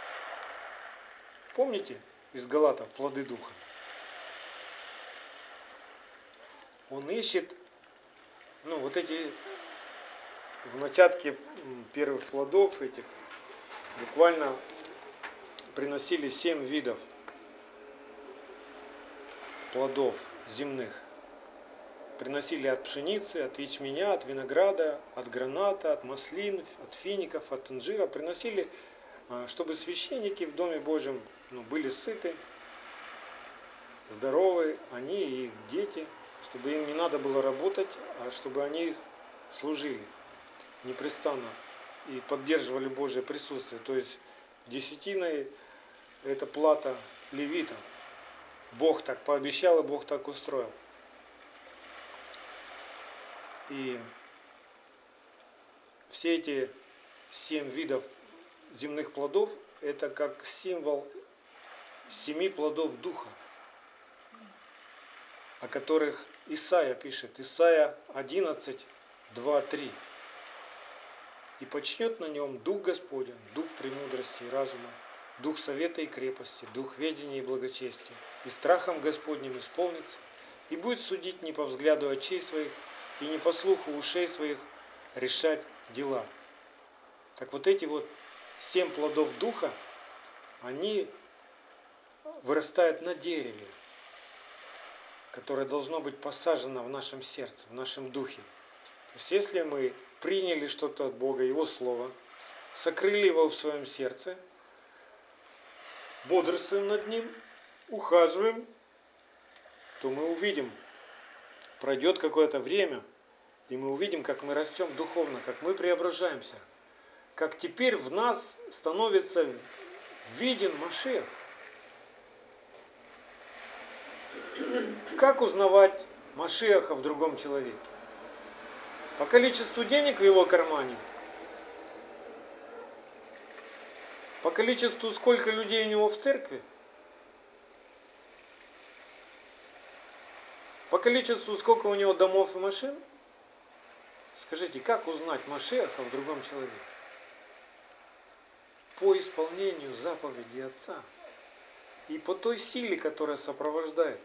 Помните из Галатов плоды Духа? Он ищет, вот эти в начатке первых плодов этих буквально приносили 7 видов плодов земных. Приносили от пшеницы, от ячменя, от винограда, от граната, от маслин, от фиников, от инжира. Приносили, чтобы священники в Доме Божьем были сыты, здоровы, они и их дети, чтобы им не надо было работать, а чтобы они служили непрестанно и поддерживали Божье присутствие. То есть десятиной это плата левитам. Бог так пообещал, и Бог так устроил. И все эти 7 видов земных плодов, это как символ 7 плодов Духа, о которых Исаия пишет. Исаия 11, 2, 3. «И почнет на нем Дух Господень, Дух премудрости и разума, Дух совета и крепости, Дух ведения и благочестия, и страхом Господним исполнится, и будет судить не по взгляду очей своих, и не по слуху ушей своих решать дела». Так вот эти 7 плодов Духа, они вырастают на дереве, которое должно быть посажено в нашем сердце, в нашем духе. То есть если мы приняли что-то от Бога, Его Слово, сокрыли его в своем сердце, бодрствуем над ним, ухаживаем, то мы увидим, пройдет какое-то время, и мы увидим, как мы растем духовно, как мы преображаемся, как теперь в нас становится виден Машиах. Как узнавать Машиаха в другом человеке? По количеству денег в его кармане? По количеству, сколько людей у него в церкви? По количеству, сколько у него домов и машин? Скажите, как узнать Машиаха в другом человеке? По исполнению заповеди Отца. И по той силе, которая сопровождает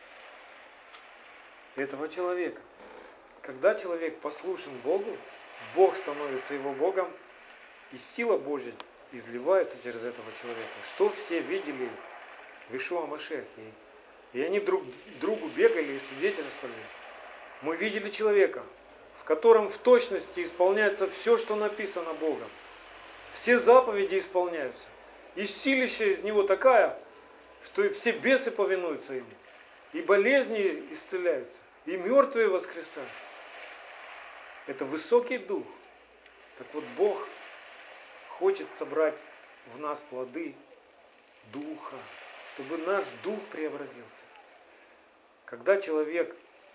этого человека. Когда человек послушен Богу, Бог становится его Богом, и сила Божья изливается через этого человека. Что все видели в Иешуа Машиахе. И они друг другу бегали и свидетельствовали. Мы видели человека, в котором в точности исполняется все, что написано Богом. Все заповеди исполняются. И силища из него такая, что все бесы повинуются ему. И болезни исцеляются. И мертвые воскресают. Это высокий дух. Так вот, Бог хочет собрать в нас плоды Духа, чтобы наш дух преобразился. Когда человек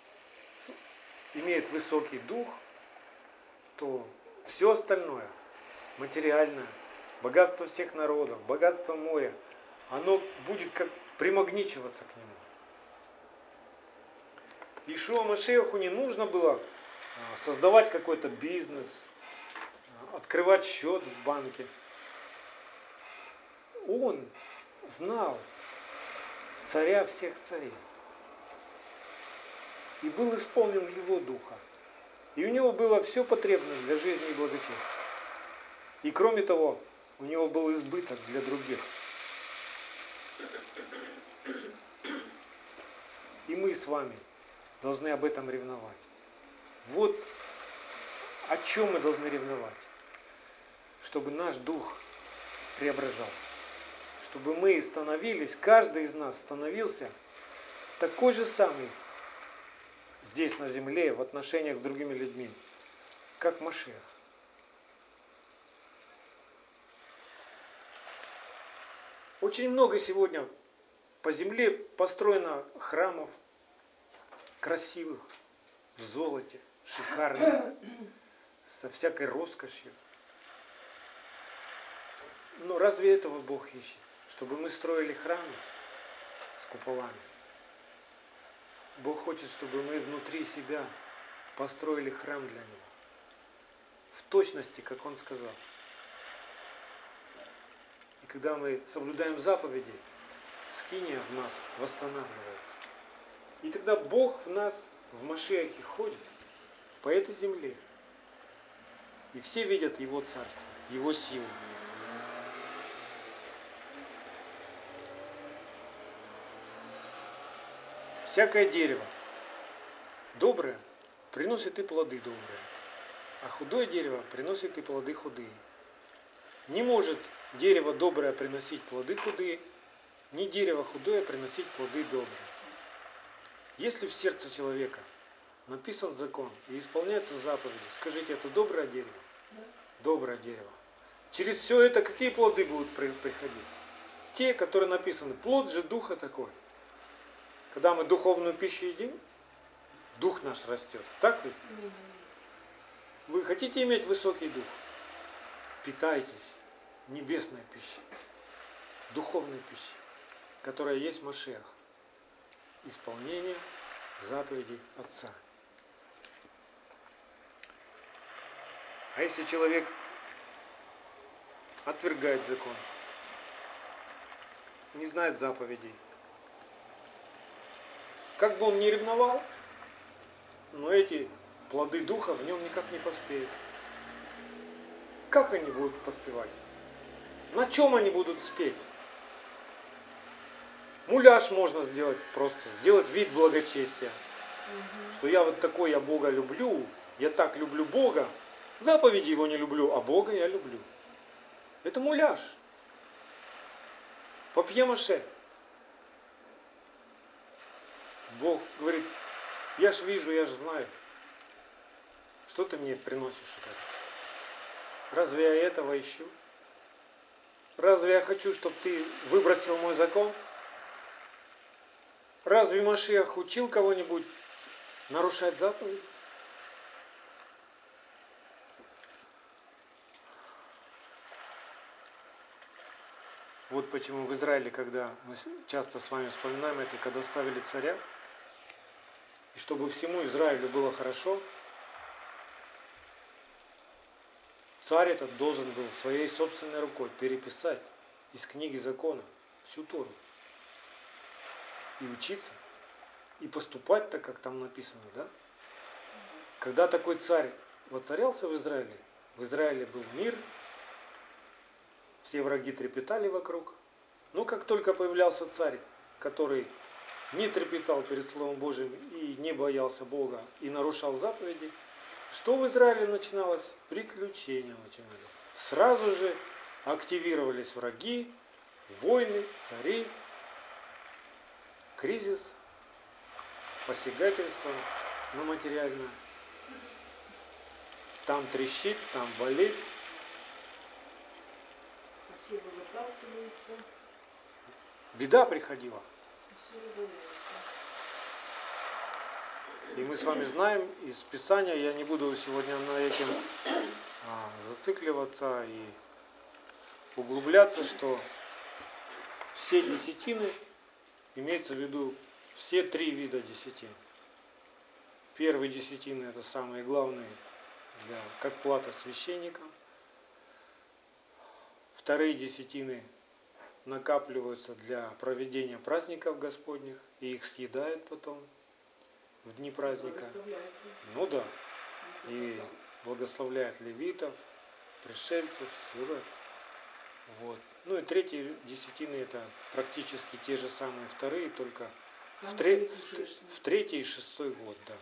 имеет высокий дух, то все остальное, материальное, богатство всех народов, богатство моря, оно будет как примагничиваться к нему. Иешуа Машиаху не нужно было создавать какой-то бизнес, открывать счет в банке. Он знал царя всех царей. И был исполнен его духа. И у него было все потребное для жизни и благочестия. И кроме того, у него был избыток для других. И мы с вами должны об этом ревновать. Вот о чем мы должны ревновать. Чтобы наш дух преображался. Чтобы мы становились, каждый из нас становился такой же самый здесь на земле в отношениях с другими людьми, как Машиах. Очень много сегодня по земле построено храмов красивых, в золоте, шикарных, со всякой роскошью. Но разве этого Бог ищет? Чтобы мы строили храмы с куполами. Бог хочет, чтобы мы внутри себя построили храм для Него. В точности, как Он сказал. И когда мы соблюдаем заповеди, скиния в нас восстанавливается. И тогда Бог в нас, в Машиахе, ходит по этой земле. И все видят Его царство, Его силу. Всякое дерево доброе приносит и плоды добрые, а худое дерево приносит и плоды худые. Не может дерево доброе приносить плоды худые, ни дерево худое приносить плоды добрые. Если в сердце человека написан закон и исполняются заповеди, скажите, это доброе дерево? Да. Доброе дерево. Через все это какие плоды будут приходить? Те, которые написаны. Плод же духа такой. Когда мы духовную пищу едим, дух наш растет. Так ведь? Вы хотите иметь высокий дух? Питайтесь небесной пищей, духовной пищей, которая есть в Машиах. Исполнение заповедей Отца. А если человек отвергает закон, не знает заповедей, как бы он ни ревновал, но эти плоды духа в нем никак не поспеют. Как они будут поспевать? На чем они будут спеть? Муляж можно сделать просто, сделать вид благочестия. Что я вот такой, я Бога люблю, я так люблю Бога, заповеди Его не люблю, а Бога я люблю. Это муляж. Папье-маше. Бог говорит, я ж вижу, я ж знаю. Что ты мне приносишь? Разве я этого ищу? Разве я хочу, чтобы ты выбросил мой закон? Разве Машиах учил кого-нибудь нарушать заповеди? Вот почему в Израиле, когда мы часто с вами вспоминаем это, когда ставили царя, и чтобы всему Израилю было хорошо, царь этот должен был своей собственной рукой переписать из книги закона всю Тору. И учиться, и поступать так, как там написано, да? Когда такой царь воцарялся в Израиле был мир, все враги трепетали вокруг. Но как только появлялся царь, который не трепетал перед Словом Божьим и не боялся Бога, и нарушал заповеди, что в Израиле начиналось? Приключения начинались. Сразу же активировались враги, войны, цари, кризис, посягательство на материальное. Там трещит, там болит. Беда приходила. И мы с вами знаем из Писания, я не буду сегодня на этим зацикливаться и углубляться, что все десятины, имеется в виду все 3 вида десятин. Первые десятины это самые главные, как плата священникам. Вторые десятины накапливаются для проведения праздников Господних, и их съедают потом в дни праздника. Ну да. И благословляют левитов, пришельцев, сирот. Вот. Ну и третьи десятины это практически те же самые вторые, только В 3-й и 6-й год, да.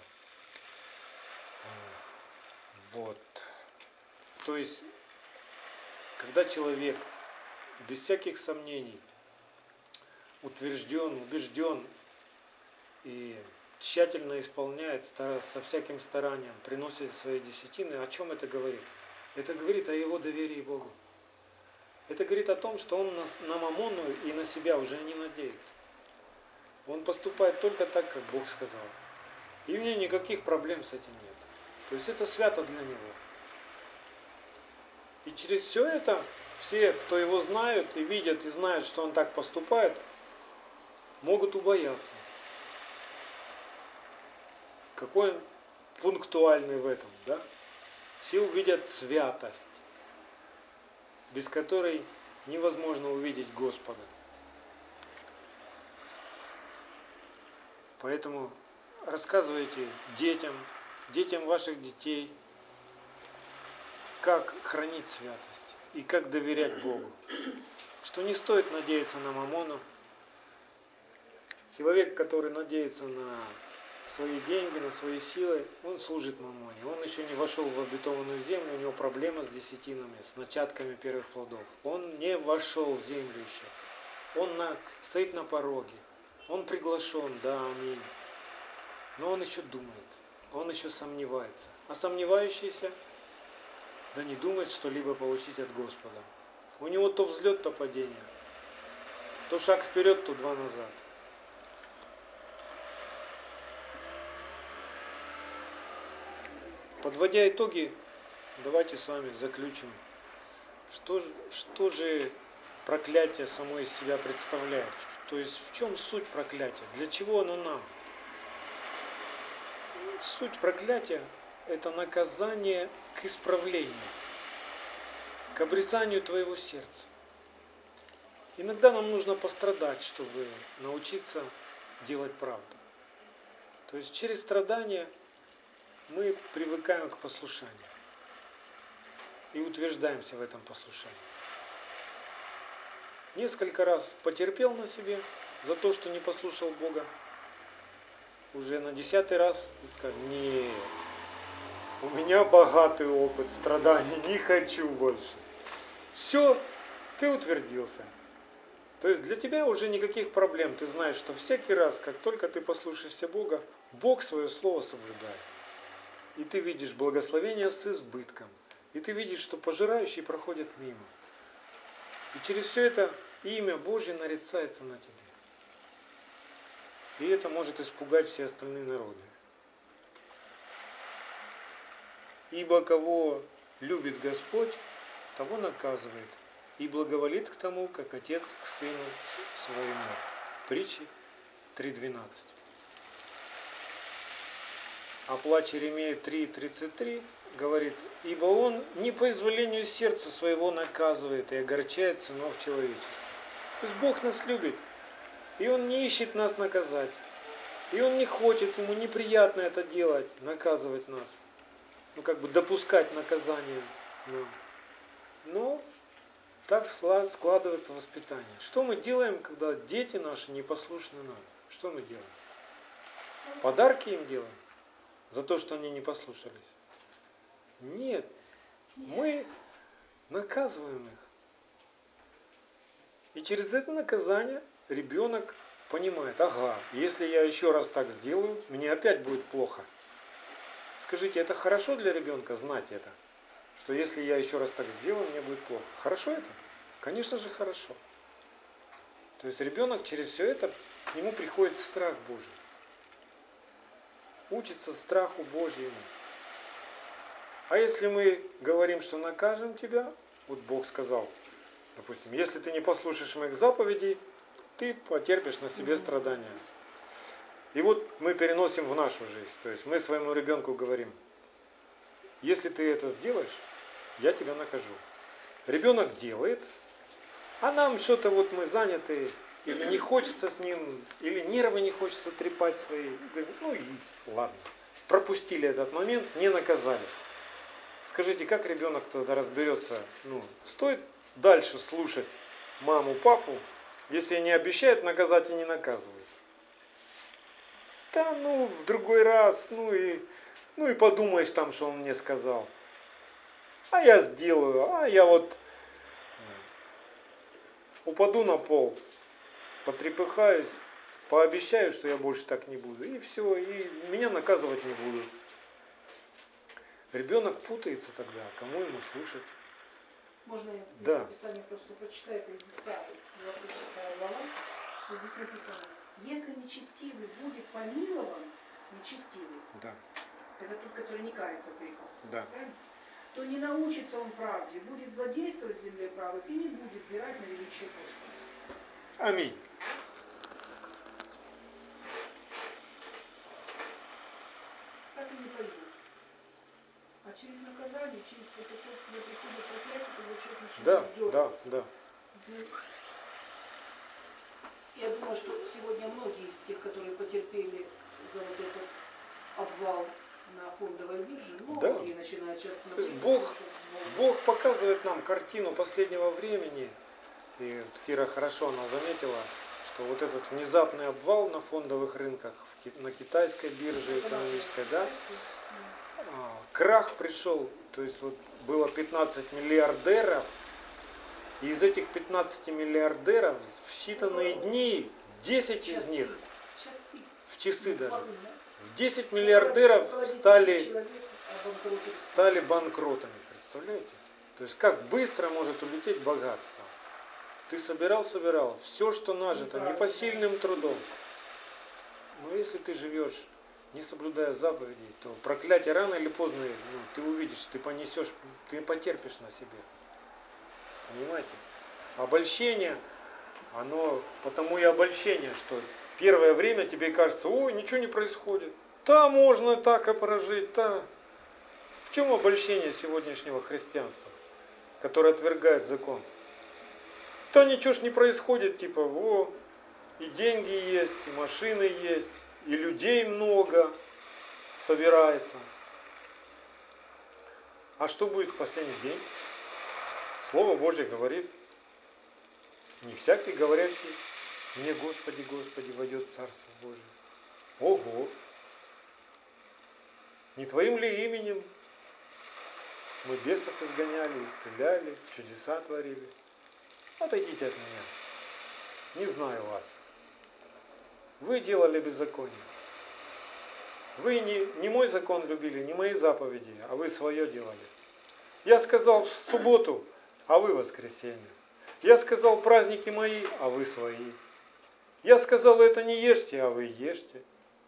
Вот. То есть, когда человек без всяких сомнений утвержден, убежден и тщательно исполняет, со всяким старанием, приносит свои десятины, о чем это говорит? Это говорит о его доверии Богу. Это говорит о том, что он на мамону и на себя уже не надеется. Он поступает только так, как Бог сказал. И у него никаких проблем с этим нет. То есть это свято для него. И через все это, все, кто его знают и видят, и знают, что он так поступает, могут убояться. Какой он пунктуальный в этом, да? Все увидят святость, без которой невозможно увидеть Господа. Поэтому рассказывайте детям ваших детей, как хранить святость и как доверять Богу. Что не стоит надеяться на мамону. Человек, который надеется на свои деньги, на свои силы, он служит мамоне. Он еще не вошел в обетованную землю, у него проблема с десятинами, с начатками первых плодов. Он не вошел в землю еще. Он стоит на пороге. Он приглашен, да, аминь. Но он еще думает, он еще сомневается. А сомневающийся, да не думает что-либо получить от Господа. У него то взлет, то падение. То шаг вперед, то два назад. Подводя итоги, давайте с вами заключим, что же проклятие само из себя представляет. То есть в чем суть проклятия, для чего оно нам? Суть проклятия – это наказание к исправлению, к обрезанию твоего сердца. Иногда нам нужно пострадать, чтобы научиться делать правду. То есть через страдания мы привыкаем к послушанию и утверждаемся в этом послушании. Несколько раз потерпел на себе за то, что не послушал Бога. Уже на 10-й раз сказал: нет, у меня богатый опыт страданий, не хочу больше. Все, ты утвердился. То есть для тебя уже никаких проблем. Ты знаешь, что всякий раз, как только ты послушаешься Бога, Бог свое слово соблюдает. И ты видишь благословение с избытком. И ты видишь, что пожирающий проходит мимо. И через все это имя Божье нарицается на тебе. И это может испугать все остальные народы. Ибо кого любит Господь, того наказывает, и благоволит к тому, как отец к сыну своему. Притчи 3:12. А плач Иеремии 3:33 говорит: ибо он не по изволению сердца своего наказывает и огорчает сынов человеческих. То есть Бог нас любит, и Он не ищет нас наказать. И Он не хочет, Ему неприятно это делать, наказывать нас. Допускать наказание нам. Но так складывается воспитание. Что мы делаем, когда дети наши непослушны нам? Что мы делаем? Подарки им делаем за то, что они не послушались? Нет. Мы наказываем их. И через это наказание ребенок понимает: ага, если я еще раз так сделаю, мне опять будет плохо. Скажите, это хорошо для ребенка знать это? Что если я еще раз так сделаю, мне будет плохо. Хорошо это? Конечно же хорошо. То есть ребенок через все это, к нему приходит страх Божий. Учится страху Божьему. А если мы говорим, что накажем тебя, вот Бог сказал, допустим, если ты не послушаешь моих заповедей, ты потерпишь на себе страдания. И вот мы переносим в нашу жизнь. То есть мы своему ребенку говорим: если ты это сделаешь, я тебя накажу. Ребенок делает, а нам что-то мы заняты, или не хочется с ним, или нервы не хочется трепать свои. Ну и ладно. Пропустили этот момент, не наказали. Скажите, как ребенок тогда разберется? Стоит дальше слушать маму, папу, если они обещают наказать и не наказывают? Да, ну, в другой раз, ну и подумаешь там, что он мне сказал. А я сделаю, а я вот упаду на пол, потрепыхаюсь, пообещаю, что я больше так не буду. И все, и меня наказывать не будут. Ребенок путается тогда, кому ему слушать. Можно я Да. Писание просто прочитаю, это из Исаии, 26 глава, и здесь написано, если нечестивый будет помилован, нечестивый, Да. это тот, который не кается в грехах, Да. правильно? То не научится он правде, будет злодействовать в земле правых и не будет взирать на величие Господа. Аминь. Так и не пойдут. А через наказание, через вот это, когда приходит проклятие, когда человек начинает дергаться. Да. Я думаю, что сегодня многие из тех, которые потерпели за вот этот обвал на фондовой бирже, многие начинают сейчас То есть смотреть. Бог показывает нам картину последнего времени, и вот Кира хорошо она заметила, что вот этот внезапный обвал на фондовых рынках, на китайской бирже экономической, да, крах пришел, то есть вот было 15 миллиардеров, и из этих 15 миллиардеров в считанные дни 10 из них, в часы даже, 10 миллиардеров стали банкротами, представляете? То есть как быстро может улететь богатство. Ты собирал, все, что нажито, непосильным трудом. Но если ты живешь, не соблюдая заповедей, то проклятие рано или поздно ты увидишь, ты понесешь, ты потерпишь на себе. Понимаете? Обольщение, оно потому и обольщение, что первое время тебе кажется, ой, ничего не происходит. Да, можно так и прожить, да. В чем обольщение сегодняшнего христианства, которое отвергает закон? Да ничего ж не происходит, типа, и деньги есть, и машины есть, и людей много собирается. А что будет в последний день? Слово Божье говорит, не всякий говорящий мне Господи, Господи, войдет в Царство Божие. Ого! Не Твоим ли именем мы бесов изгоняли, исцеляли, чудеса творили? Отойдите от меня. Не знаю вас. Вы делали беззаконие. Вы не мой закон любили, не мои заповеди, а вы свое делали. Я сказал в субботу, а вы в воскресенье. Я сказал праздники мои, а вы свои. Я сказал это не ешьте, а вы ешьте.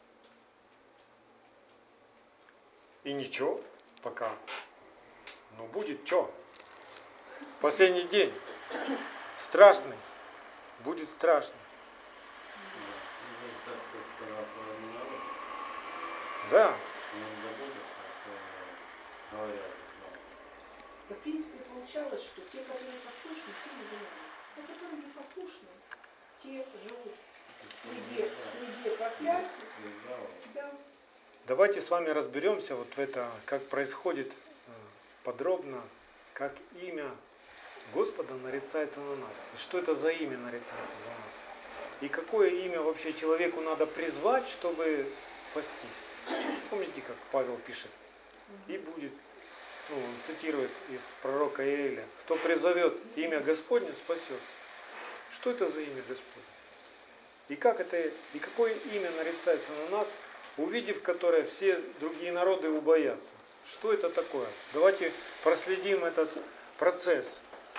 И ничего пока. Но будет что? Последний день. Страшный. Будет страшно. Да. В принципе, получалось, что те, которые послушны, те не виноваты. А которые непослушные, те живут в среде проклятий. Да. Давайте с вами разберемся вот в это, как происходит подробно, как имя Господа нарицается на нас. И что это за имя нарицается за нас. И какое имя вообще человеку надо призвать, чтобы спастись. Помните, как Павел пишет? И будет, он цитирует из пророка Иеля, кто призовет имя Господне, спасется. Что это за имя Господне? И как это, и какое имя нарицается на нас, увидев которое все другие народы убоятся? Что это такое? Давайте проследим этот процесс.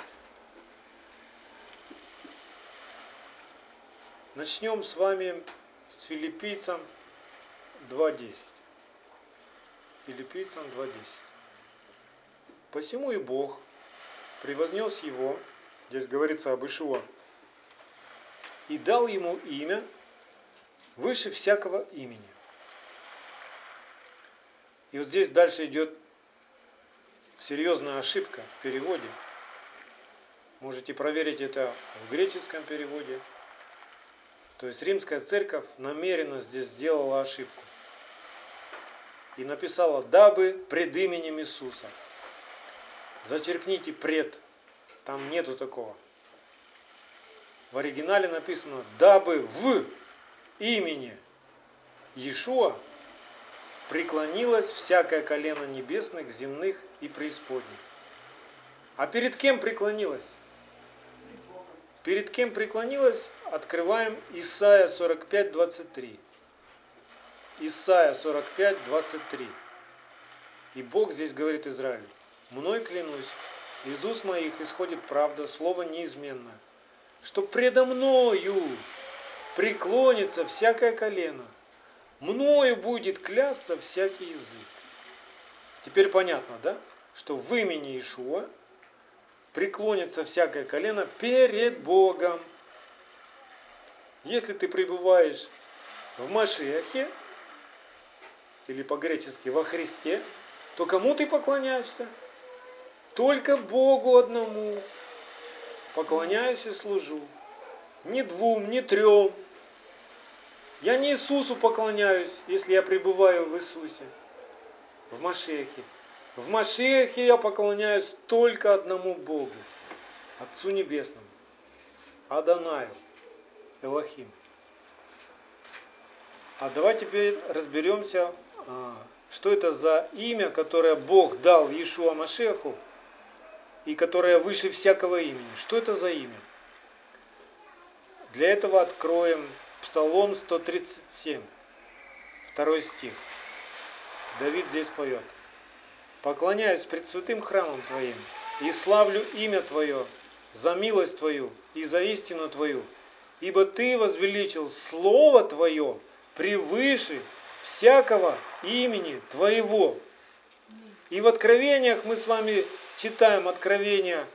Начнем с вами с Филиппийцам 2.10. Филиппийцам 2.10. Посему и Бог превознес его, здесь говорится об Ишуа, и дал ему имя выше всякого имени. И вот здесь дальше идет серьезная ошибка в переводе. Можете проверить это в греческом переводе. То есть римская церковь намеренно здесь сделала ошибку. И написала «дабы пред именем Иисуса». Зачеркните «пред». Там нету такого. В оригинале написано «дабы в имени Иешуа преклонилось всякое колено небесных, земных и преисподних. А перед кем преклонилось? Перед кем преклонилось? Открываем Исайя 45, 23. Исайя 45, 23. И Бог здесь говорит Израилю: «Мной клянусь, из уст моих исходит правда, слово неизменное, что предо мною преклонится всякое колено, мною будет клясться всякий язык». Теперь понятно, да? Что в имени Иешуа преклонится всякое колено перед Богом. Если ты пребываешь в Машиахе, или по-гречески во Христе, то кому ты поклоняешься? Только Богу одному. Поклоняюсь и служу. Ни двум, ни трем. Я не Иисусу поклоняюсь, если я пребываю в Иисусе, в Машиахе. В Машиахе я поклоняюсь только одному Богу, Отцу Небесному, Адонаю, Элохим. А давай теперь разберемся, что это за имя, которое Бог дал Иешуа Машиаху, и которое выше всякого имени. Что это за имя? Для этого откроем Псалом 137, 2 стих. Давид здесь поет: «Поклоняюсь пред святым храмом Твоим, и славлю имя Твое за милость Твою и за истину Твою, ибо Ты возвеличил Слово Твое превыше всякого имени Твоего». И в Откровениях мы с вами читаем Откровение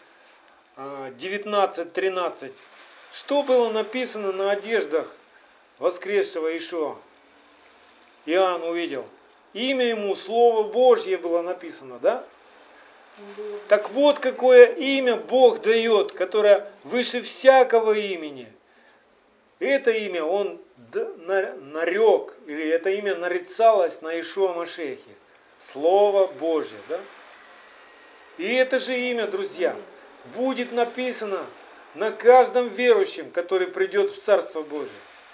19:13. Что было написано на одеждах воскресшего Иешуа? Иоанн увидел. Имя ему, Слово Божье было написано, да? Так вот, какое имя Бог дает, которое выше всякого имени. Это имя Он нарек, или это имя нарицалось на Иешуа Машиахе. Слово Божье, да? И это же имя, друзья, будет написано на каждом верующем, который придет в Царство Божие.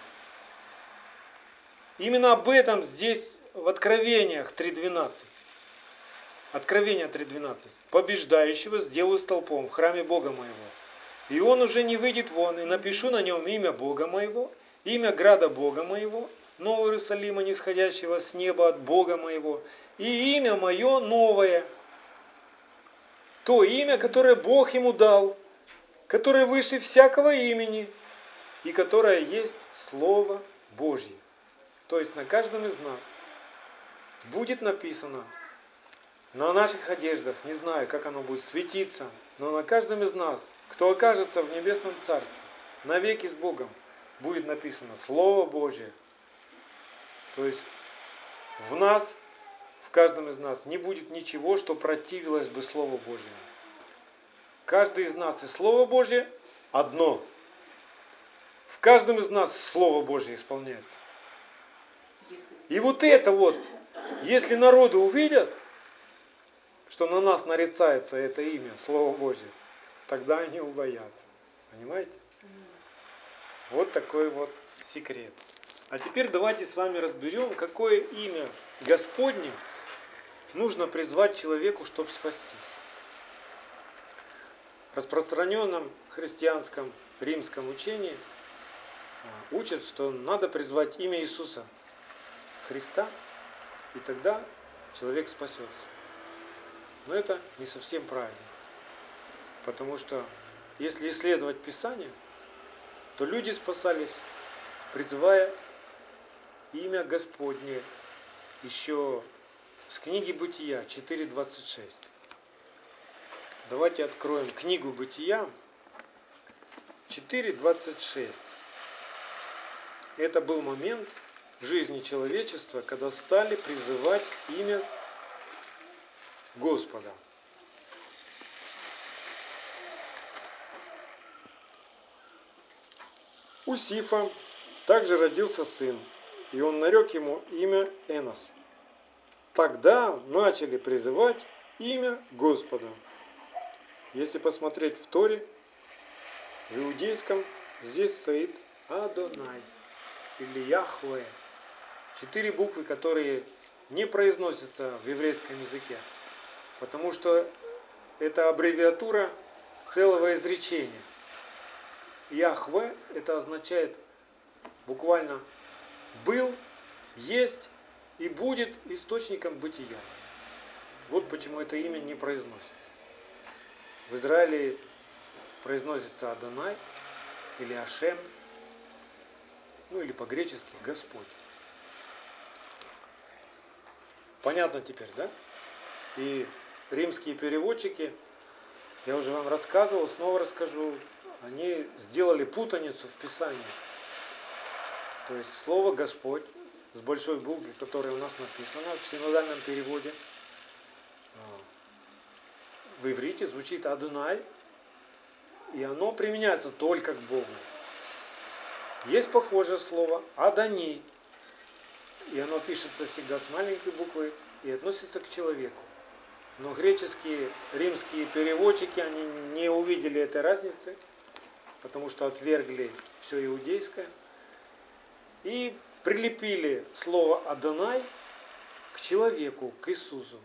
Именно об этом здесь в Откровениях 3:12. Откровение 3:12. «Побеждающего сделаю столпом в храме Бога моего, и он уже не выйдет вон, и напишу на нем имя Бога моего, имя града Бога моего, Нового Иерусалима, нисходящего с неба от Бога моего, и имя мое новое». То имя, которое Бог ему дал, которое выше всякого имени, и которое есть Слово Божье. То есть на каждом из нас будет написано, на наших одеждах, не знаю, как оно будет светиться, но на каждом из нас, кто окажется в Небесном Царстве, навеки с Богом, будет написано Слово Божье. То есть в нас, в каждом из нас не будет ничего, что противилось бы Слову Божьему. Каждый из нас и Слово Божье одно. В каждом из нас Слово Божье исполняется. И вот это вот, если народы увидят, что на нас нарицается это имя, Слово Божье, тогда они убоятся. Понимаете? Вот такой вот секрет. А теперь давайте с вами разберем, какое имя Господне нужно призвать человеку, чтобы спастись. В распространенном христианском римском учении учат, что надо призвать имя Иисуса Христа, и тогда человек спасется. Но это не совсем правильно. Потому что если исследовать Писание, то люди спасались, призывая имя Господне еще с книги Бытия 4:26. Давайте откроем книгу Бытия 4:26. Это был момент в жизни человечества, когда стали призывать имя Господа. У Сифа также родился сын, и он нарек ему имя Энос. Тогда начали призывать имя Господа. Если посмотреть в Торе, в иудейском здесь стоит Адонай или Яхве. 4 буквы, которые не произносятся в еврейском языке, потому что это аббревиатура целого изречения. Яхве это означает буквально был, есть и будет источником бытия. Вот почему это имя не произносится. В Израиле произносится Адонай или Ашем, ну или по-гречески Господь. Понятно теперь, да? И римские переводчики, я уже вам рассказывал, снова расскажу, они сделали путаницу в Писании. То есть слово Господь с большой буквы, которое у нас написано в синодальном переводе, в иврите звучит Адонай, и оно применяется только к Богу. Есть похожее слово Адони, и оно пишется всегда с маленькой буквы и относится к человеку. Но греческие, римские переводчики, они не увидели этой разницы, потому что отвергли все иудейское, и прилепили слово Адонай к человеку, к Иисусу.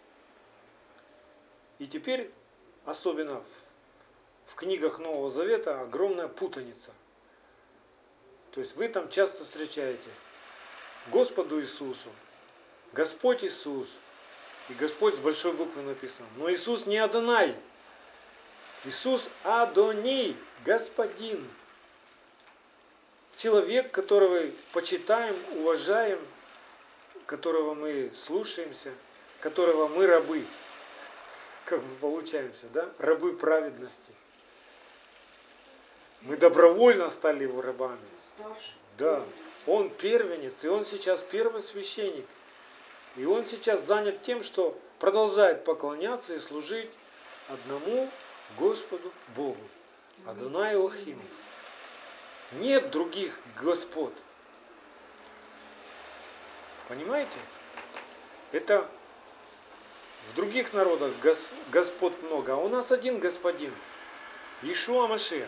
И теперь, особенно в книгах Нового Завета, огромная путаница. То есть вы там часто встречаете Господу Иисусу, Господь Иисус, и Господь с большой буквы написано. Но Иисус не Адонай. Иисус Адони, Господин. Человек, которого почитаем, уважаем, которого мы слушаемся, которого мы рабы. Как мы получаемся, да? Рабы праведности. Мы добровольно стали его рабами. Да. Он первенец, и он сейчас первосвященник. И он сейчас занят тем, что продолжает поклоняться и служить одному Господу Богу. Адонай Элохим. Нет других господ. Понимаете? Это в других народах господ много, а у нас один господин. Иешуа Машиах.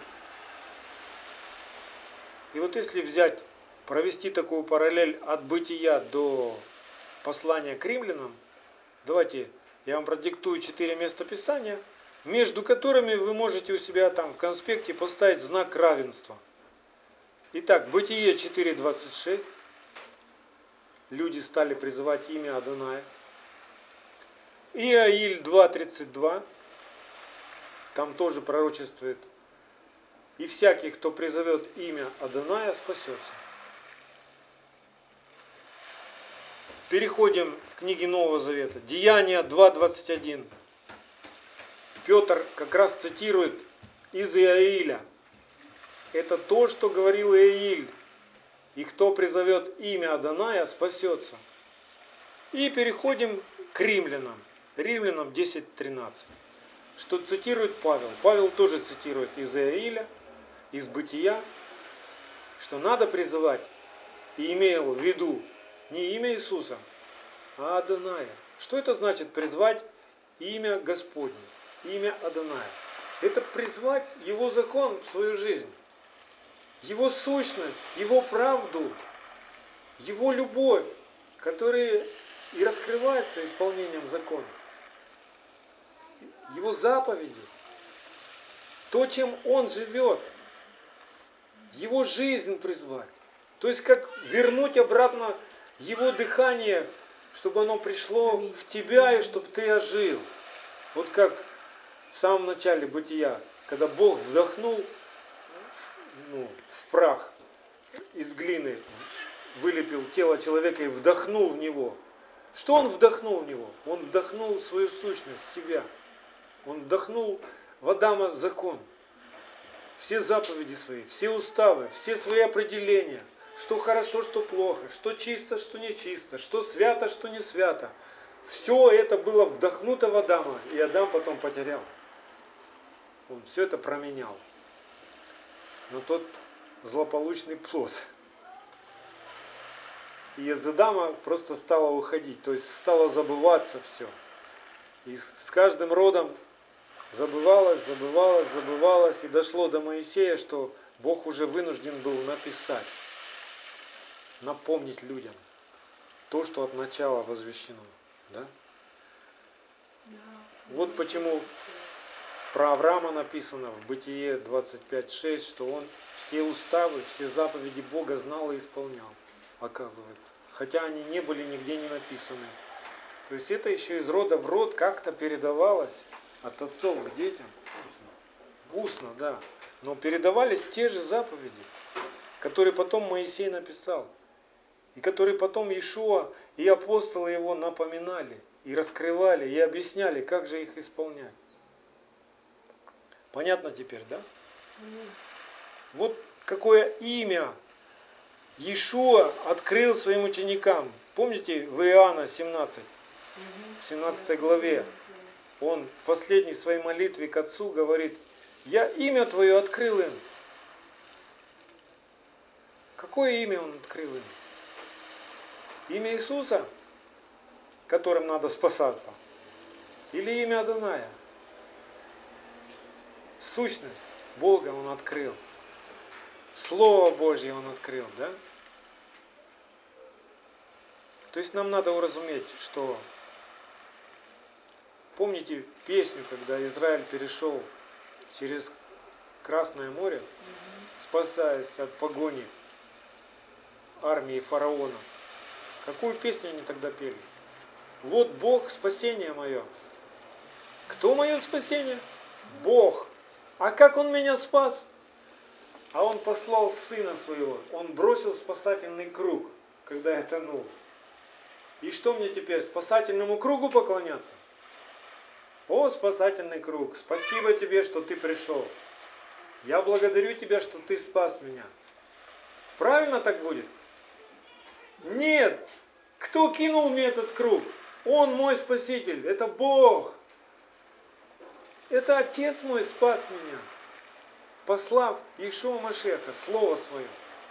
И вот если взять, провести такую параллель от бытия до послания к римлянам, давайте я вам продиктую 4 местописания, между которыми вы можете у себя там в конспекте поставить знак равенства. Итак, Бытие 4:26. Люди стали призывать имя Адоная. Иаиль 2:32. Там тоже пророчествует: и всякий, кто призовет имя Адоная, спасется. Переходим в книги Нового Завета. Деяния 2:21. Петр как раз цитирует из Иаиля. Это то, что говорил Иаиль. И кто призовет имя Адоная, спасется. И переходим к римлянам. Римлянам 10:13. Что цитирует Павел. Павел тоже цитирует из Иаиля, из Бытия, что надо призывать, и имел в виду не имя Иисуса, а Адоная. Что это значит призвать имя Господне, имя Адоная? Это призвать Его закон в свою жизнь, Его сущность, Его правду, Его любовь, которая и раскрывается исполнением закона. Его заповеди, то, чем Он живет, Его жизнь призвать. То есть как вернуть обратно Его дыхание, чтобы оно пришло в тебя и чтобы ты ожил. Вот как в самом начале бытия, когда Бог вдохнул в прах из глины, вылепил тело человека и вдохнул в него. Что Он вдохнул в него? Он вдохнул свою сущность, себя. Он вдохнул в Адама закон. Все заповеди свои, все уставы, все свои определения. Что хорошо, что плохо, что чисто, что нечисто, что свято, что не свято. Все это было вдохнуто в Адама, и Адам потом потерял. Он все это променял. Но тот злополучный плод. И из Адама просто стало уходить, то есть стало забываться все. И с каждым родом забывалось, и дошло до Моисея, что Бог уже вынужден был написать, напомнить людям. то, что от начала возвещено. Да? Да. Вот почему про Авраама написано в Бытие 25:6, что он все уставы, все заповеди Бога знал и исполнял, оказывается. Хотя они не были нигде не написаны. То есть это еще из рода в род как-то передавалось от отцов к детям. Устно, да. Но передавались те же заповеди, которые потом Моисей написал. И которые потом Иешуа и апостолы его напоминали, и раскрывали, и объясняли, как же их исполнять. Понятно теперь, да? Вот какое имя Иешуа открыл своим ученикам. Помните в Иоанна 17, в 17 главе, он в последней своей молитве к Отцу говорит: «Я имя Твое открыл им». Какое имя он открыл им? Имя Иисуса, которым надо спасаться? Или имя Адоная? Сущность Бога он открыл. Слово Божье он открыл, да? То есть нам надо уразуметь, что... Помните песню, когда Израиль перешел через Красное море, спасаясь от погони армии фараона? Какую песню они тогда пели? Вот Бог, спасение мое. Кто мое спасение? Бог. А как Он меня спас? А Он послал Сына Своего. Он бросил спасательный круг, когда я тонул. И что мне теперь, спасательному кругу поклоняться? О, спасательный круг, спасибо Тебе, что Ты пришел. Я благодарю Тебя, что Ты спас меня. Правильно так будет? Нет. Кто кинул мне этот круг? Он мой Спаситель, это Бог. Это Отец мой спас меня, послав Иешуа Машеха, Слово Свое.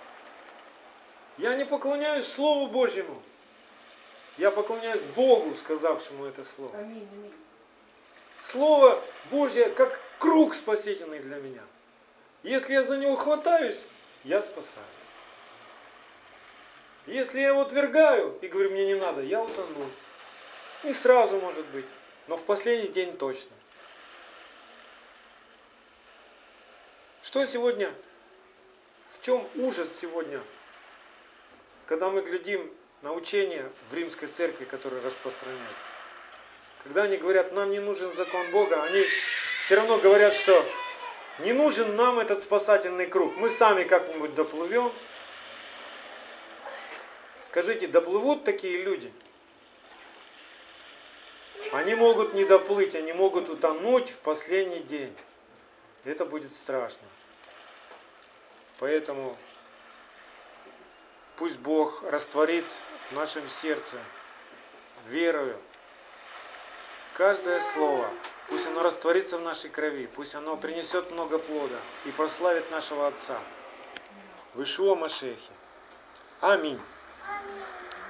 Я не поклоняюсь Слову Божьему. Я поклоняюсь Богу, сказавшему это Слово. Аминь, аминь. Слово Божье как круг спасительный для меня. Если я за него хватаюсь, я спасаюсь. Если я его отвергаю и говорю, мне не надо, я утону. Не сразу, может быть, но в последний день точно. Что сегодня, в чем ужас сегодня, когда мы глядим на учение в Римской церкви, которое распространяется? Когда они говорят, нам не нужен закон Бога, они все равно говорят, что не нужен нам этот спасательный круг. Мы сами как-нибудь доплывем. Скажите, доплывут такие люди? Они могут не доплыть, они могут утонуть в последний день. Это будет страшно. Поэтому пусть Бог растворит в нашем сердце верою каждое слово. Пусть оно растворится в нашей крови. Пусть оно принесет много плода и прославит нашего Отца. В Иешуа Машехе. Аминь.